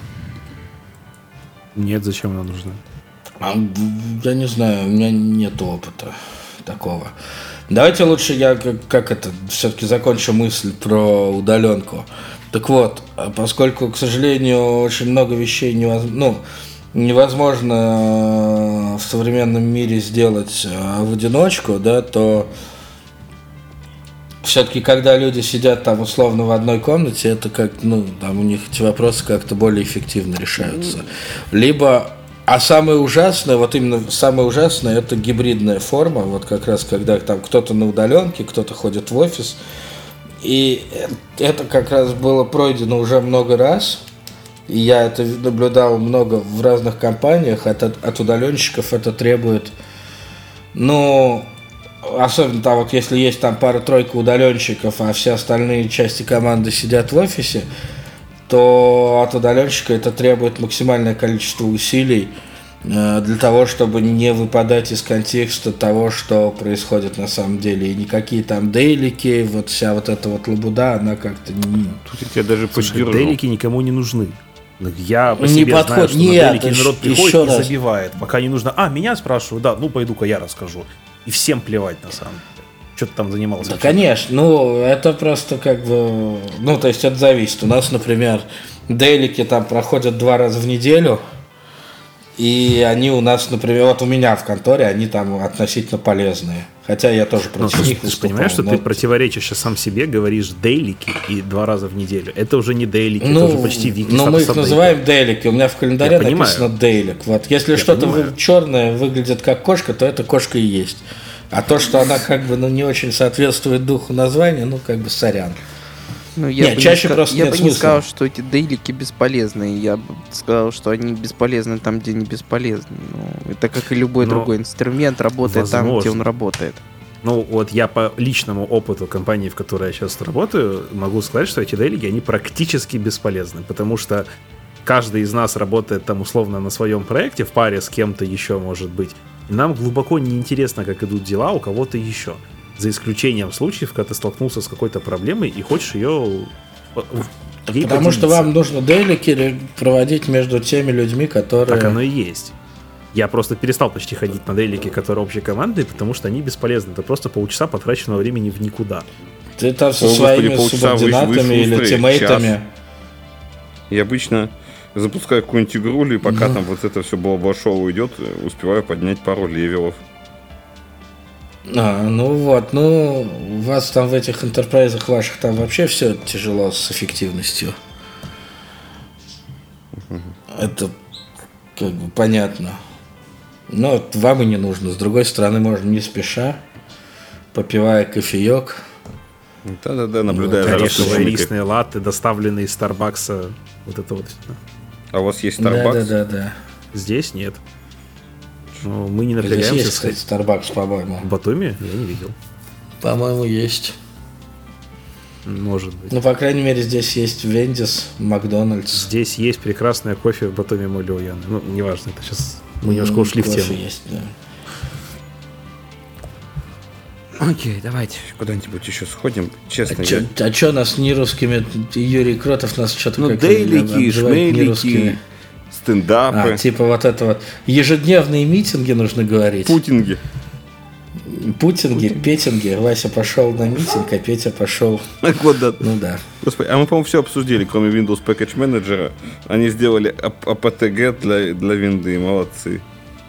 Нет, зачем она нужна? А, я не знаю, у меня нет опыта такого. Давайте лучше я как, как это все-таки закончу мысль про удаленку. Так вот, а поскольку, к сожалению, очень много вещей невозможно, ну, невозможно в современном мире сделать а, в одиночку, да, то все-таки, когда люди сидят там условно в одной комнате, это как, ну, там у них эти вопросы как-то более эффективно решаются. Либо, а самое ужасное, вот именно самое ужасное, это гибридная форма, вот как раз когда там кто-то на удаленке, кто-то ходит в офис, и это как раз было пройдено уже много раз, и я это наблюдал много в разных компаниях, от, от удаленщиков это требует, ну, особенно там вот если есть там пара-тройка удаленщиков, а все остальные части команды сидят в офисе, то от удаленщика это требует максимальное количество усилий э, для того, чтобы не выпадать из контекста того, что происходит на самом деле. И никакие там дейлики, вот вся вот эта вот лабуда, она как-то не... Тут я тебя даже Слушай, поддержу. делики никому не нужны. Я по Не себе подходит. знаю, что Нет, на делике еще- народ приходит еще и раз. забивает. Пока не нужно. А, меня спрашивают, да, ну пойду-ка я расскажу. И всем плевать на самом деле. Что ты там занимался? Да, конечно, ну, это просто как бы... Ну, то есть это зависит. У нас, например, дейлики там проходят два раза в неделю, и они у нас, например, вот у меня в конторе, они там относительно полезные. Хотя я тоже Ну, против слушай, них ты же выступал, понимаешь, что но- ты противоречишь сейчас сам себе, говоришь дейлики и два раза в неделю. Это уже не дейлики, Ну, это уже почти weekly но мы их status update. называем дейлики. У меня в календаре Я понимаю. написано дейлик. Вот, если Я что-то понимаю. вы- черное выглядит как кошка, то это кошка и есть. А то, что она как бы ну, не очень соответствует духу названия, ну как бы сорян. Ну, я Нет, бы чаще не, ска- просто я нет бы не смысла. сказал, что эти дейлики бесполезные. Я бы сказал, что они бесполезны там, где не бесполезны. Ну, это как и любой Но, другой инструмент, работает там, где возможно. он работает. Ну, вот я по личному опыту компании, в которой я сейчас работаю, могу сказать, что эти дейлики, они практически бесполезны, потому что каждый из нас работает там условно на своем проекте, в паре с кем-то еще, может быть. И нам глубоко неинтересно, как идут дела у кого-то еще. За исключением случаев, когда ты столкнулся с какой-то проблемой и хочешь ее... ей Потому что поделиться. вам нужно дейлики проводить между теми людьми, которые... Так оно и есть. Я просто перестал почти ходить на дейлики, которые общекомандные, потому что они бесполезны. Это просто полчаса потраченного времени в никуда. Ты там со О, Господи, своими полчаса выше- субординатами выше или быстрее, тиммейтами. час. И обычно Запускаю какую-нибудь игру, и пока там вот это все балабашово уйдет, успеваю поднять пару левелов. А, ну вот, ну, у вас там в этих энтерпрайзах ваших там вообще все тяжело с эффективностью. Это как бы понятно. Но вот вам и не нужно. С другой стороны, можно не спеша, попивая кофеек. Да-да-да, наблюдая Вот, за конечно, Орешковые растущими. рисные латте, доставленные из Старбакса. Вот это вот. А у вас есть Starbucks? Да-да-да. Здесь нет. Ну, мы не Здесь напрягаемся. есть, кстати, Starbucks, по-моему. В Батуми я не видел. По-моему, есть. Может быть. Ну, по крайней мере, здесь есть Вендис, Макдональдс. Здесь есть прекрасное кофе в Батуми Мулюян. Ну, неважно, это сейчас мы немножко М, ушли в кофе тему. есть, да. Окей, давайте куда-нибудь еще сходим. Честно, А чё, я- а чё нас не русскими? Юрий Кротов нас что-то Ну, как-то дейлики, обзывает не шмейлики, русскими. стендапы, А, типа вот это вот. Ежедневные митинги нужно говорить. путинги. Путинги, петинги. Вася пошел на митинг, а Петя пошел. Так вот, да. Ну да. Господи, а мы, по-моему, все обсудили, кроме Windows Package Manager. Они сделали эй пи ти для, для винды, молодцы.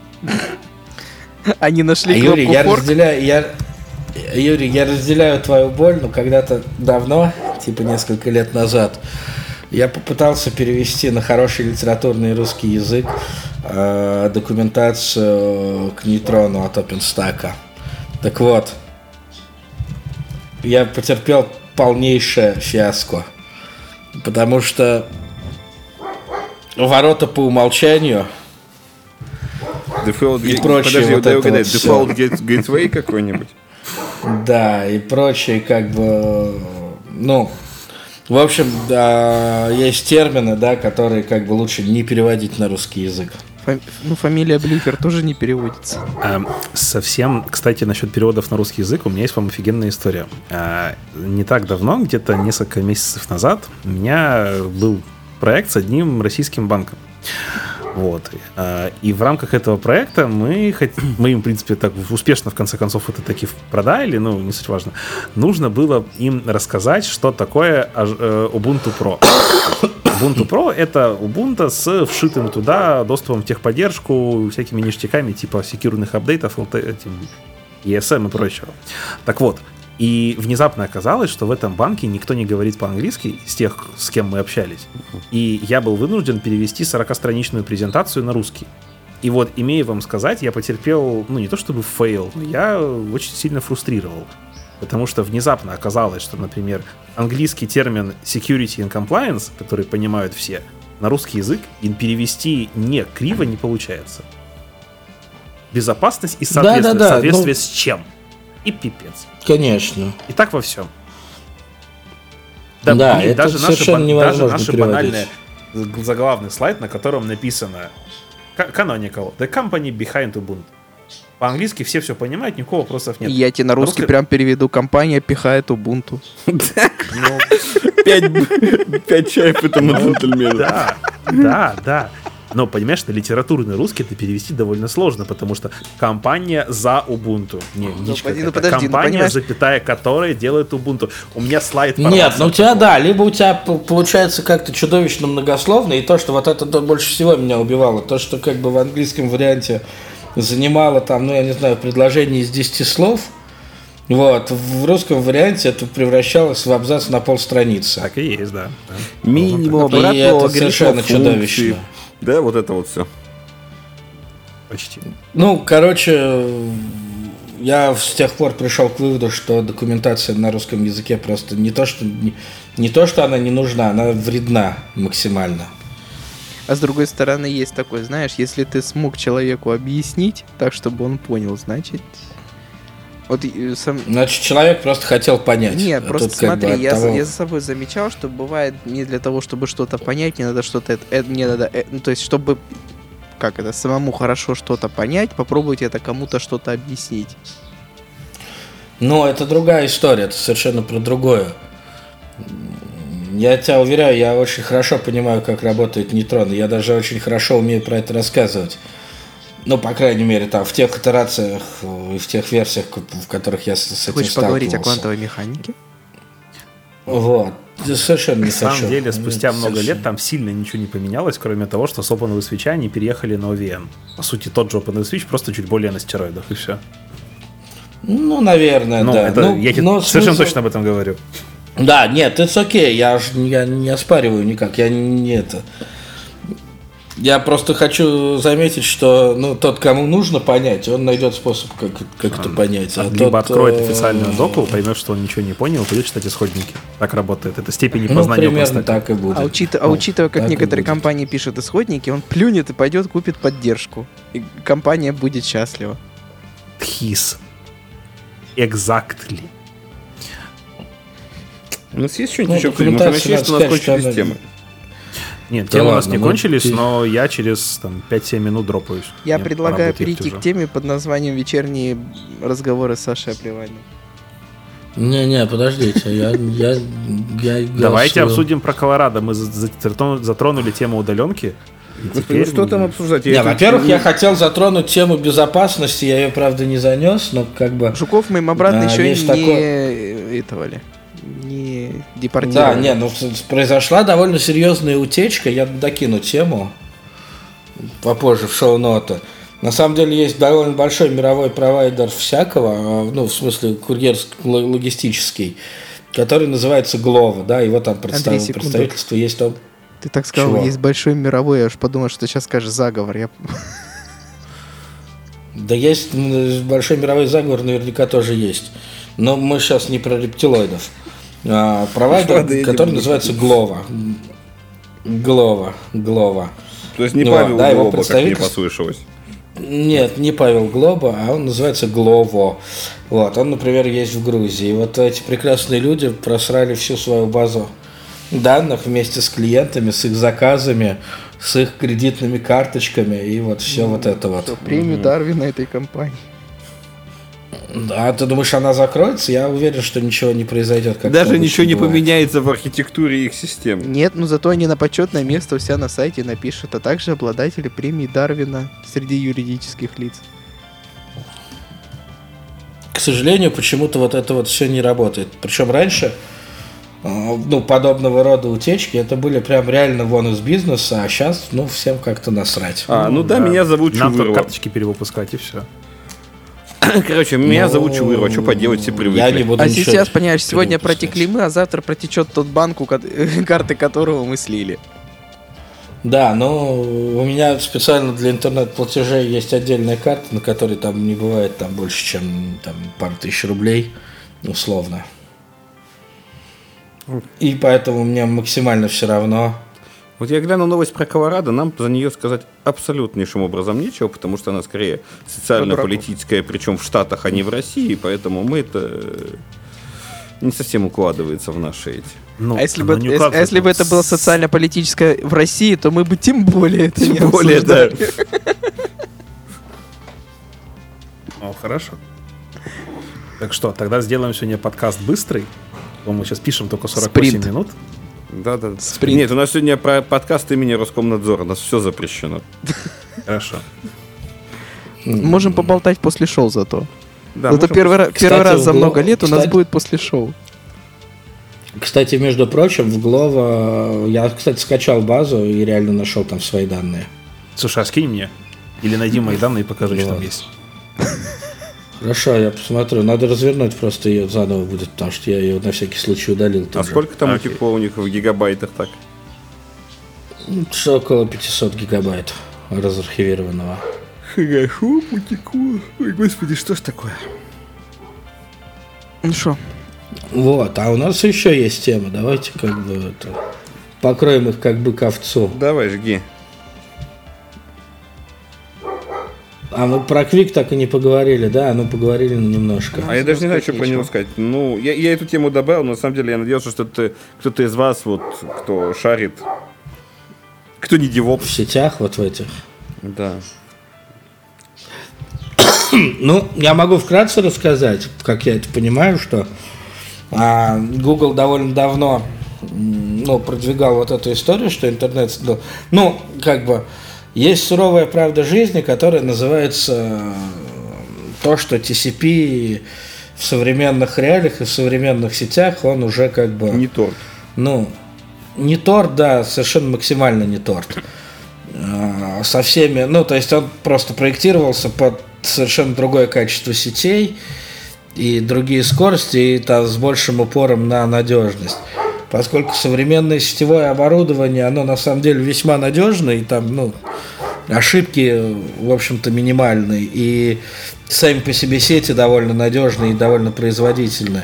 Они А нашли Юрий, кнопку я fork. разделяю, я, Юрий, я разделяю твою боль, но когда-то давно, типа несколько лет назад, я попытался перевести на хороший литературный русский язык э, документацию к нейтрону от OpenStack. Так вот, я потерпел полнейшее фиаско, потому что ворота по умолчанию. Default, И Gate- прочее Подожди, вот дай это угадать, вот всё. Default Gate- Gateway какой-нибудь? Да, и прочее, как бы, ну, в общем, да, есть термины, да, которые как бы лучше не переводить на русский язык. Фам- Ну, фамилия Блифер тоже не переводится. А, совсем, кстати, насчет переводов на русский язык, у меня есть вам офигенная история. А, не так давно, где-то несколько месяцев назад, у меня был проект с одним российским банком. Вот. А, И в рамках этого проекта мы, хот- мы им, в принципе, так успешно, в конце концов, это таки продали, ну, не суть важно. Нужно было им рассказать, что такое аж- э, Ubuntu Pro. Ubuntu Pro — это Ubuntu с вшитым туда доступом в техподдержку, всякими ништяками, типа секьюрных апдейтов, эл ти, этим, и эс эм и прочего. Так вот, и внезапно оказалось, что в этом банке никто не говорит по-английски из тех, с кем мы общались. И я был вынужден перевести сорокастраничную презентацию на русский. И вот, имея вам сказать, я потерпел, ну, не то чтобы фейл, но я очень сильно фрустрировал. Потому что внезапно оказалось, что, например, английский термин security and compliance, который понимают все, на русский язык им перевести не криво не получается. Безопасность и соответствие, Да-да-да, соответствие ну- с чем? И пипец. Конечно. И так во всем. Да, Да, блин, это даже наше, совершенно бан- невозможно даже наше переводить. банальное з- заглавный слайд, на котором написано ca- Canonical, the company behind Ubuntu. По-английски все все понимают, никакого вопросов нет. Я тебе на русский Русский- прям переведу. Компания пихает Ubuntu. Ну, Пять, пять чаев этому джентльмену. да, да, да. Но, понимаешь, на литературный русский это перевести довольно сложно, потому что компания за Ubuntu. Не, Ну, ничего. поди- ну, подожди, ну, компания, понимаешь- запятая, которая делает Ubuntu. У меня слайд Нет, порвался. ну у тебя, да, либо у тебя п- получается как-то чудовищно многословно, и то, что вот это то больше всего меня убивало, то, что как бы в английском варианте занимало там, ну, я не знаю, предложение из десяти слов, вот, в русском варианте это превращалось в абзац на полстраницы. Так и есть, да. да. Минимум И обратного это алгоритма совершенно функции. чудовищно. Да, вот это вот все. Почти. Ну, короче, я с тех пор пришел к выводу, что документация на русском языке просто не то, что не, не то, что она не нужна, она вредна максимально. А с другой стороны, есть такой, знаешь, если ты смог человеку объяснить так, чтобы он понял, значит... Вот э, сам... Значит, человек просто хотел понять. Нет, А просто тут как бы смотри, от я, за- того- я за собой замечал, что бывает не для того, чтобы что-то понять, мне надо что-то... э, э, мне надо, э, ну, то есть, чтобы, как это, самому хорошо что-то понять, попробуйте это кому-то что-то объяснить. Ну, это другая история, это совершенно про другое. Я тебя уверяю, я очень хорошо понимаю, как работает нейтрон. Я даже очень хорошо умею про это рассказывать. Ну, по крайней мере, там, в тех итерациях и в тех версиях, в которых я с, с Ты этим хочешь поговорить о сталкивался. квантовой механике? Вот. Совершенно не На самом хочу. деле, спустя Нет, много совершенно. лет там сильно ничего не поменялось, кроме того, что с OpenWSwitch они переехали на о ви эн. По сути, тот же OpenWSwitch, просто чуть более на стероидах, и все. Ну, наверное, Ну, да. это, Ну, я тебе но совершенно смысл- точно об этом говорю. Да, нет, это окей, я, ж- я не оспариваю никак, я не это. Я просто хочу заметить, что ну, тот, кому нужно понять, он найдет способ, как, как это понять. А Либо тот, откроет э, официальную доку, поймет, что он ничего не понял, и пойдет читать исходники. Так работает. Это степень Ну, познания примерно OpenStack. так и будет. А, учит- а Ну, учитывая, как так и некоторые будет. компании пишут исходники, он плюнет и пойдет купит поддержку. И компания будет счастлива. His. Exactly. У нас есть что-нибудь Ну, еще обсудить? Может, документацию начать, что у надо нас сказать, кончились что темы? Нет, Да темы у нас ладно, не ну, кончились, ты- но я через там, пять-семь минут дропаюсь. Я Мне предлагаю пора будет ехать перейти к уже. теме под названием «Вечерние разговоры с Сашей Опливаниным». Не-не, подождите, я, я, я Давайте голосую. обсудим про Колорадо. Мы за- за- затронули тему удаленки. И Ну, теперь- что там обсуждать? Я Не, это- во-первых, я хотел затронуть тему безопасности, я ее, правда, не занес, но как бы... Жуков мы им обратно Да, еще есть не такое. этого ли, не Да, депортировали. не, ну с- произошла довольно серьезная утечка, я докину тему попозже в шоу-ноты. На самом деле есть довольно большой мировой провайдер всякого, а, ну, в смысле курьерско-логистический, который называется Glovo, да, его там представ- Андрей, секунду. представительство есть там. Ты так сказал, Чего? есть большой мировой, я уж подумал, что ты сейчас скажешь заговор. Я... Да есть м, большой мировой заговор, наверняка тоже есть. Но мы сейчас не про рептилоидов. А, провайдер, Ладно, я не который буду называется Glovo. Glovo, Glovo. То есть не Ну, Павел да, его Глоба, как мне представитель- послышалось. Нет, не Павел Глоба, а он называется Glovo. Вот, он, например, есть в Грузии. И вот эти прекрасные люди просрали всю свою базу данных вместе с клиентами, с их заказами, с их кредитными карточками и вот все вот это вот. Что, премию Дарвина этой компании. А ты думаешь, она закроется? Я уверен, что ничего не произойдет. Как Даже обычно ничего не бывает. поменяется в архитектуре их систем. Нет, но зато они на почетное место у себя на сайте напишут, а также обладатели премии Дарвина среди юридических лиц. К сожалению, почему-то вот это вот все не работает. Причем раньше, э, ну, подобного рода утечки, это были прям реально вон из бизнеса, а сейчас, ну, всем как-то насрать. А, ну да, меня зовут Нам только Чувырова. карточки перевыпускать, и все. Короче, меня Ну, зовут Чувырова, что поделать, все привыкли. Я не буду А ничего сейчас, понимаешь, сегодня перевыпускать. протекли мы, а завтра протечет тот банк, у ко- карты которого мы слили. Да, но у меня специально для интернет-платежей есть отдельная карта, на которой там не бывает там больше, чем там, пару тысяч рублей, условно. И поэтому мне максимально все равно. Вот я гляну новость про Колорадо, нам за нее сказать абсолютнейшим образом нечего, потому что она скорее социально-политическая, причем в Штатах, а не в России, поэтому мы это э, не совсем укладывается в наши эти. Ну, А если оно бы, не если, а укладывается если бы это было с- социально-политическое в России, то мы бы тем более это не Тем более, да. обсуждали. Ну, хорошо. Так что, тогда сделаем сегодня подкаст быстрый. То мы сейчас пишем только сорок восемь Спринт. минут. Да, да. Спринт. Нет, у нас сегодня про подкаст имени Роскомнадзора, у нас все запрещено. Хорошо. Можем поболтать после шоу зато. Да, Зато можем- первый, ра- Кстати, первый раз в за Гло- много лет у нас кстати- будет после шоу. Кстати, между прочим, в Glovo я, кстати, скачал базу и реально нашел там свои данные. Слушай, а скинь мне. Или найди мои данные и покажи, что там Ладно. есть. Хорошо, я посмотрю. Надо развернуть просто ее заново будет, потому что я ее на всякий случай удалил. А тоже. сколько там Окей. утекло у них в гигабайтах так? Что около пятьсот гигабайт разархивированного. Хорошо, утекло. Ой, господи, что ж такое? Ну что, Вот, а у нас еще есть тема. Давайте как бы это, покроем их как бы к овцу. Давай, жги. А мы про Квик так и не поговорили, да? Ну, поговорили ну, немножко. А я даже не знаю, что про нечего. него сказать. Ну, я, я эту тему добавил, но на самом деле я надеялся, что это кто-то из вас, вот, кто шарит, кто не В девопс. сетях вот в этих. Да. Ну, я могу вкратце рассказать, как я это понимаю, что а, Google довольно давно м, ну, продвигал вот эту историю, что интернет... Ну, ну, как бы, есть суровая правда жизни, которая называется э, то, что ти си пи в современных реалиях и в современных сетях, он уже как бы... Не торт. ну, не торт, да, совершенно максимально не торт. А, со всеми, ну, то есть он просто проектировался под совершенно другое качество сетей и другие скорости, и там с большим упором на надежность. Поскольку современное сетевое оборудование, оно на самом деле весьма надежное, и там, ну, ошибки, в общем-то, минимальные, и сами по себе сети довольно надежные и довольно производительные,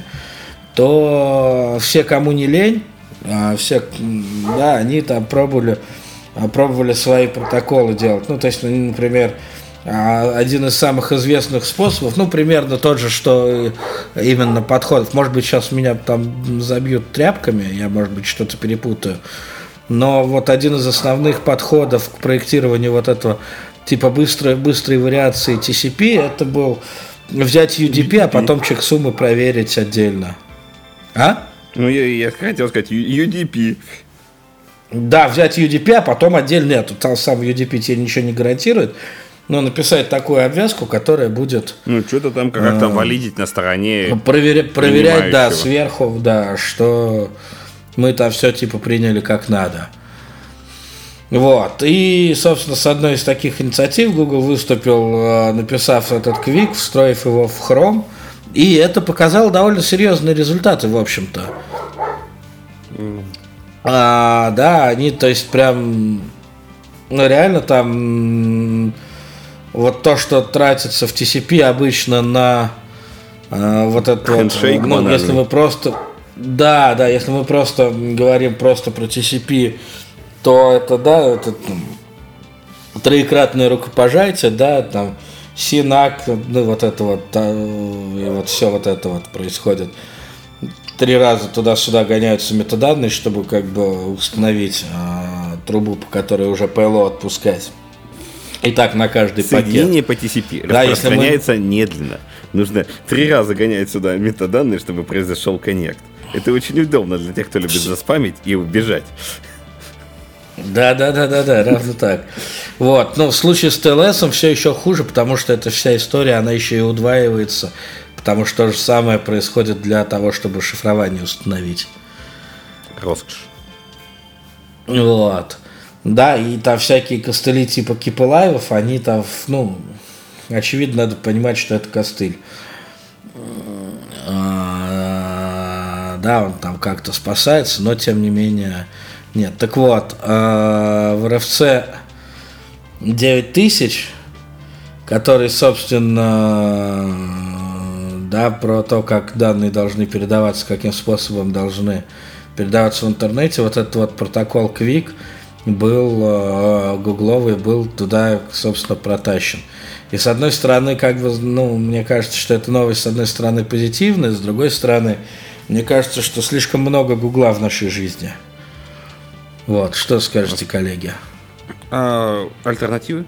то все, кому не лень, все, да, они там пробовали, пробовали свои протоколы делать. Ну, то есть, например, один из самых известных способов, ну, примерно тот же, что именно подходов. Может быть, сейчас меня там забьют тряпками, я, может быть, что-то перепутаю. Но вот один из основных подходов к проектированию вот этого типа быстрой, быстрой вариации ти си пи, это был взять ю ди пи, а потом чексумы проверить отдельно. А? Ну, я, я хотел сказать ю ди пи. Да, взять ю ди пи, а потом отдельно эту. Там сам ю ди пи тебе ничего не гарантирует. Но написать такую обвязку, которая будет... Ну, что-то там как-то валидить на стороне. Проверя, проверять, да, сверху, да, что мы там все типа приняли как надо. Вот. И, собственно, с одной из таких инициатив Google выступил, написав этот Quick, встроив его в Chrome. И это показало довольно серьезные результаты, в общем-то. Mm. А, да, они, то есть, прям... Ну, реально там... Вот то, что тратится в ти си пи обычно на э, вот это вот, ну, если мы просто, да, да, если мы просто говорим просто про ти си пи, то это, да, это там, троекратное рукопожатие, да, там, синак, ну, вот это вот, да, и вот все вот это вот происходит. Три раза туда-сюда гоняются метаданные, чтобы как бы установить э, трубу, по которой уже пи эл о отпускать. И так на каждый пакет. Соединение по ти си пи да, распространяется мы... медленно. Нужно три раза гонять сюда метаданные, чтобы произошел коннект. Это очень удобно для тех, кто любит заспамить и убежать. Да, да, да, да, да, равно так. Вот. Но в случае с ти эл эс все еще хуже, потому что эта вся история, она еще и удваивается. Потому что то же самое происходит для того, чтобы шифрование установить. Роскошь. Вот. Да, и там всякие костыли типа кипелаевов, они там, ну, очевидно, надо понимать, что это костыль. Да, он там как-то спасается, но тем не менее нет. Так вот, в эр эф си девять тысяч, который, собственно, да, про то, как данные должны передаваться, каким способом должны передаваться в интернете, вот этот вот протокол Quick был э, гугловый, был туда, собственно, протащен. И с одной стороны, как бы, ну, мне кажется, что эта новость, с одной стороны, позитивная, с другой стороны, мне кажется, что слишком много гугла в нашей жизни. Вот, что скажете, коллеги? А, альтернативы?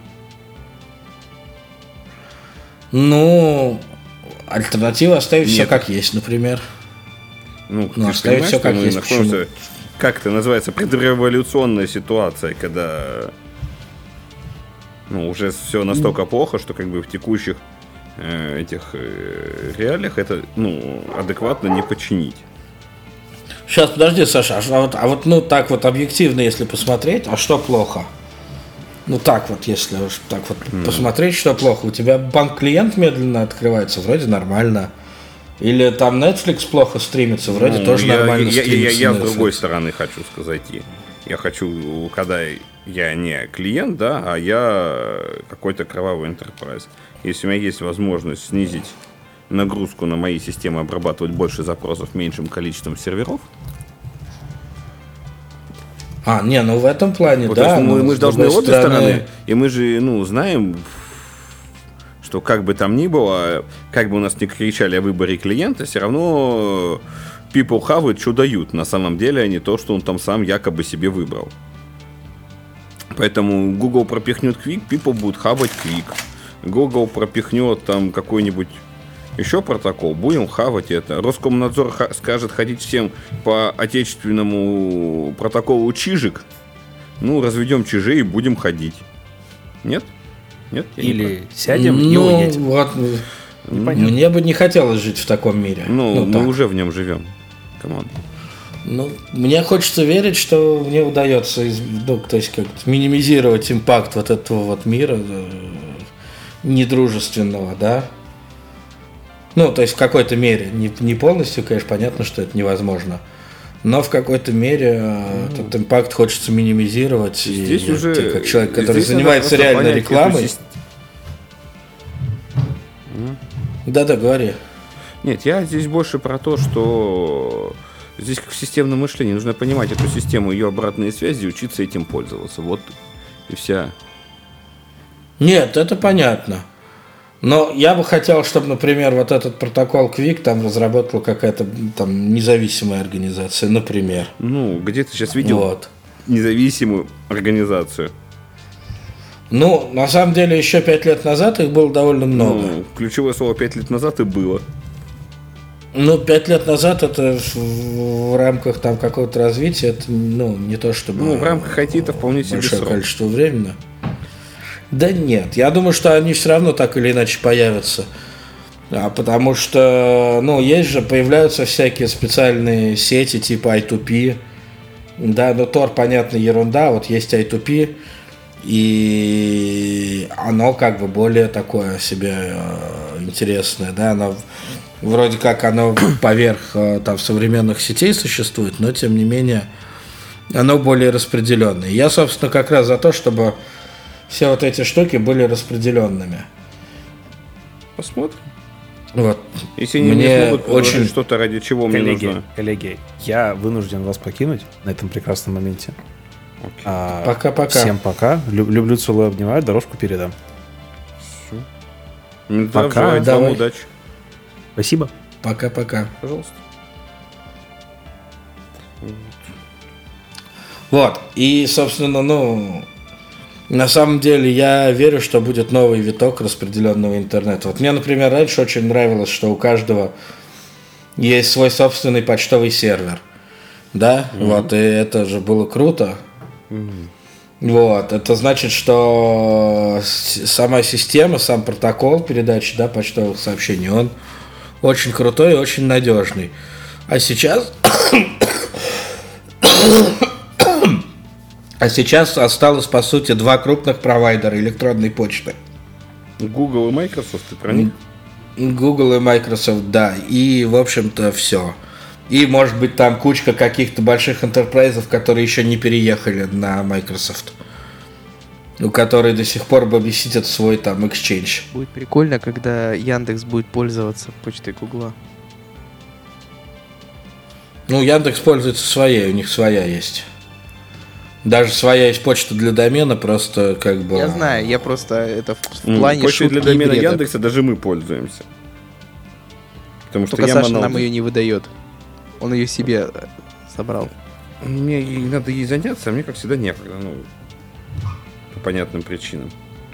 Ну, альтернативы оставить Нет. все как есть, например. Ну, ну оставить все как есть. Почему? Как это называется, предреволюционная ситуация, когда ну, уже все настолько плохо, что как бы в текущих э, этих э, реалиях это ну, адекватно не починить. Сейчас, подожди, Саша, а вот, а вот ну так вот объективно, если посмотреть, а что плохо? Ну так вот, если так вот mm. посмотреть, что плохо. У тебя банк-клиент медленно открывается, вроде нормально. Или там Netflix плохо стримится, вроде ну, тоже я, нормально я, стримится. Я, я, я с другой стороны хочу сказать. Я хочу, когда я не клиент, да, а я какой-то кровавый enterprise. Если у меня есть возможность снизить нагрузку на мои системы, обрабатывать больше запросов меньшим количеством серверов. А, не, ну в этом плане, вот, да. Мы, мы же должны обе стороны... стороны. И мы же, ну, знаем... что как бы там ни было, как бы у нас ни кричали о выборе клиента, все равно people хавают, что дают. На самом деле, а не то, что он там сам якобы себе выбрал. Поэтому Google пропихнет Quick, people будут хавать Quick. Google пропихнет там какой-нибудь еще протокол, будем хавать это. Роскомнадзор ха- скажет ходить всем по отечественному протоколу чижик. Ну, разведем чижи и будем ходить. Нет? Нет? Или сядем ну, и уедем. Вот, мне бы не хотелось жить в таком мире. Ну, ну мы так. уже в нем живем. Камон. Ну, мне хочется верить, что мне удается, из- ну, то есть как-то минимизировать импакт вот этого вот мира э, недружественного, да. Ну, то есть в какой-то мере, не, не полностью, конечно, понятно, что это невозможно, но в какой-то мере э, этот импакт хочется минимизировать. И Здесь я, уже... ты как человек, который здесь надо занимается просто реально понять эту рекламой. сис- Да-да, говори. Нет, я здесь больше про то, что здесь как в системном мышлении. Нужно понимать эту систему, ее обратные связи, и учиться этим пользоваться. Вот и вся. Нет, это понятно. Но я бы хотел, чтобы, например, вот этот протокол Quick там разработала какая-то там независимая организация, например. Ну, где ты сейчас видел Вот. независимую организацию? Ну, на самом деле, еще пять лет назад их было довольно много. Ну, ключевое слово пять лет назад и было. Ну, пять лет назад это в, в рамках там какого-то развития, это, ну, не то чтобы... Ну, в рамках ай ти это вполне себе большое срок. количество времени. Да нет, я думаю, что они все равно так или иначе появятся. А потому что, ну, есть же, появляются всякие специальные сети типа ай ту пи. Да, ну, Tor, понятно, ерунда, вот есть ай ту пи, и оно как бы более такое себе э, интересное, да, оно в- вроде как оно поверх э, там современных сетей существует, но тем не менее оно более распределенное. Я, собственно, как раз за то, чтобы все вот эти штуки были распределенными. Посмотрим. Вот. Если они Мне не смогут предложить очень- что-то, ради чего мне Коллеги, нужно. коллеги, я вынужден вас покинуть на этом прекрасном моменте. А, Пока-пока. Всем пока. Лю- люблю, целую, обнимаю. Дорожку передам. Ну, Пока. да, желаю вам Давай. удачи. Спасибо. Пока-пока. Пожалуйста. Вот. И, собственно, ну, на самом деле я верю, что будет новый виток распределенного интернета. Вот мне, например, раньше очень нравилось, что у каждого есть свой собственный почтовый сервер. Да? Mm-hmm. Вот, и это же было круто. Mm-hmm. Вот, это значит, что с- сама система, сам протокол передачи, да, почтовых сообщений, он очень крутой и очень надежный. А сейчас... А сейчас осталось, по сути, два крупных провайдера электронной почты. Google и Microsoft, ты про них? Google и Microsoft, да. И, в общем-то, все. И, может быть, там кучка каких-то больших энтерпрайзов, которые еще не переехали на Microsoft. У которых до сих пор бабиситят свой там Exchange. Будет прикольно, когда Яндекс будет пользоваться почтой Гугла. Ну, Яндекс пользуется своей, у них своя есть. Даже своя есть почта для домена, просто как бы... Я знаю, я просто это в, в Ну, плане почтой шутки для домена и бреда. Яндекса даже мы пользуемся. Потому что Только я Саша монолог. нам ее не выдает. Он ее себе э, собрал. Мне ей надо ей заняться, а мне, как всегда, некогда. Ну, по понятным причинам.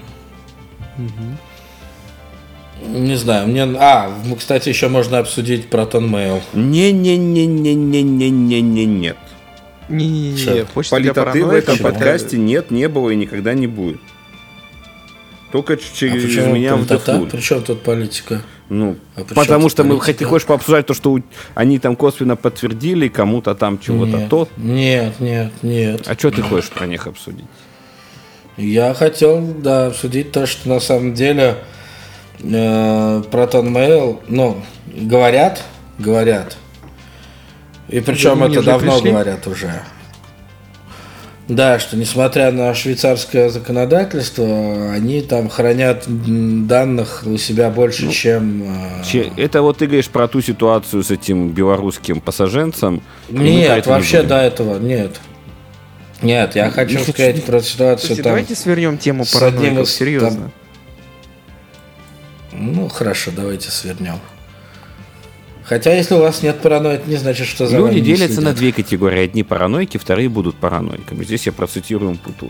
Не знаю, мне... А, ну, кстати, еще можно обсудить Proton Mail. Не-не-не-не-не-не-не-не, нет. Не-не-не, Чё? почта для Политоты в параноиков этом это- подкасте нет, не было и никогда не будет. Только А через почему меня политота? вдохнули. При чем тут политика? Ну, А при потому чём что тут мы политика? хоть ты хочешь пообсуждать то, что у- они там косвенно подтвердили кому-то там чего-то Нет, то. Нет, нет, нет. А что ты хочешь про них обсудить? Я хотел, да, обсудить то, что на самом деле э, Proton Mail, ну, говорят, говорят. И причем Они это уже давно пришли? говорят уже. Да, что несмотря на швейцарское законодательство, они там хранят м, данных у себя больше, чем... э, Че- Это вот ты говоришь про ту ситуацию с этим белорусским пассаженцем. И мы про Нет, это не вообще будем. до этого нет. Нет, я хочу хочу- сказать про ситуацию Слушайте, там... давайте свернем тему с одним параноиков, из серьезно. Ну, хорошо, давайте свернем. Хотя, если у вас нет паранойи, это не значит, что за вами Люди не делятся на следят. две категории. Одни паранойки, вторые будут параноиками. Здесь я процитирую Путун.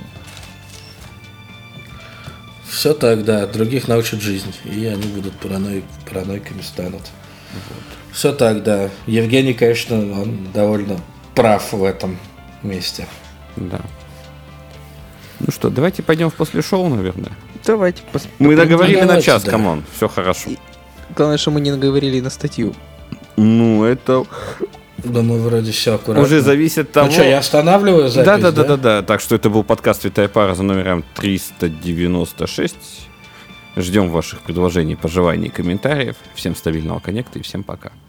Все так, да. Других научат жизнь. И они будут параноик, паранойками станут. Все так, да. Евгений, конечно, он довольно прав в этом месте. Да. Ну что, давайте пойдем в после шоу, наверное. Давайте. пос- Мы договорили на давайте, час, да. камон. Все хорошо. Главное, что мы не наговорили на статью. Ну, это Думаю, вроде все аккуратно. Уже зависит от того... Ну что, я останавливаю запись, да, да, да, да? да, да. Так что это был подкаст «Святая пара» за номером триста девяносто шесть. Ждем ваших предложений, пожеланий и комментариев. Всем стабильного коннекта и всем пока.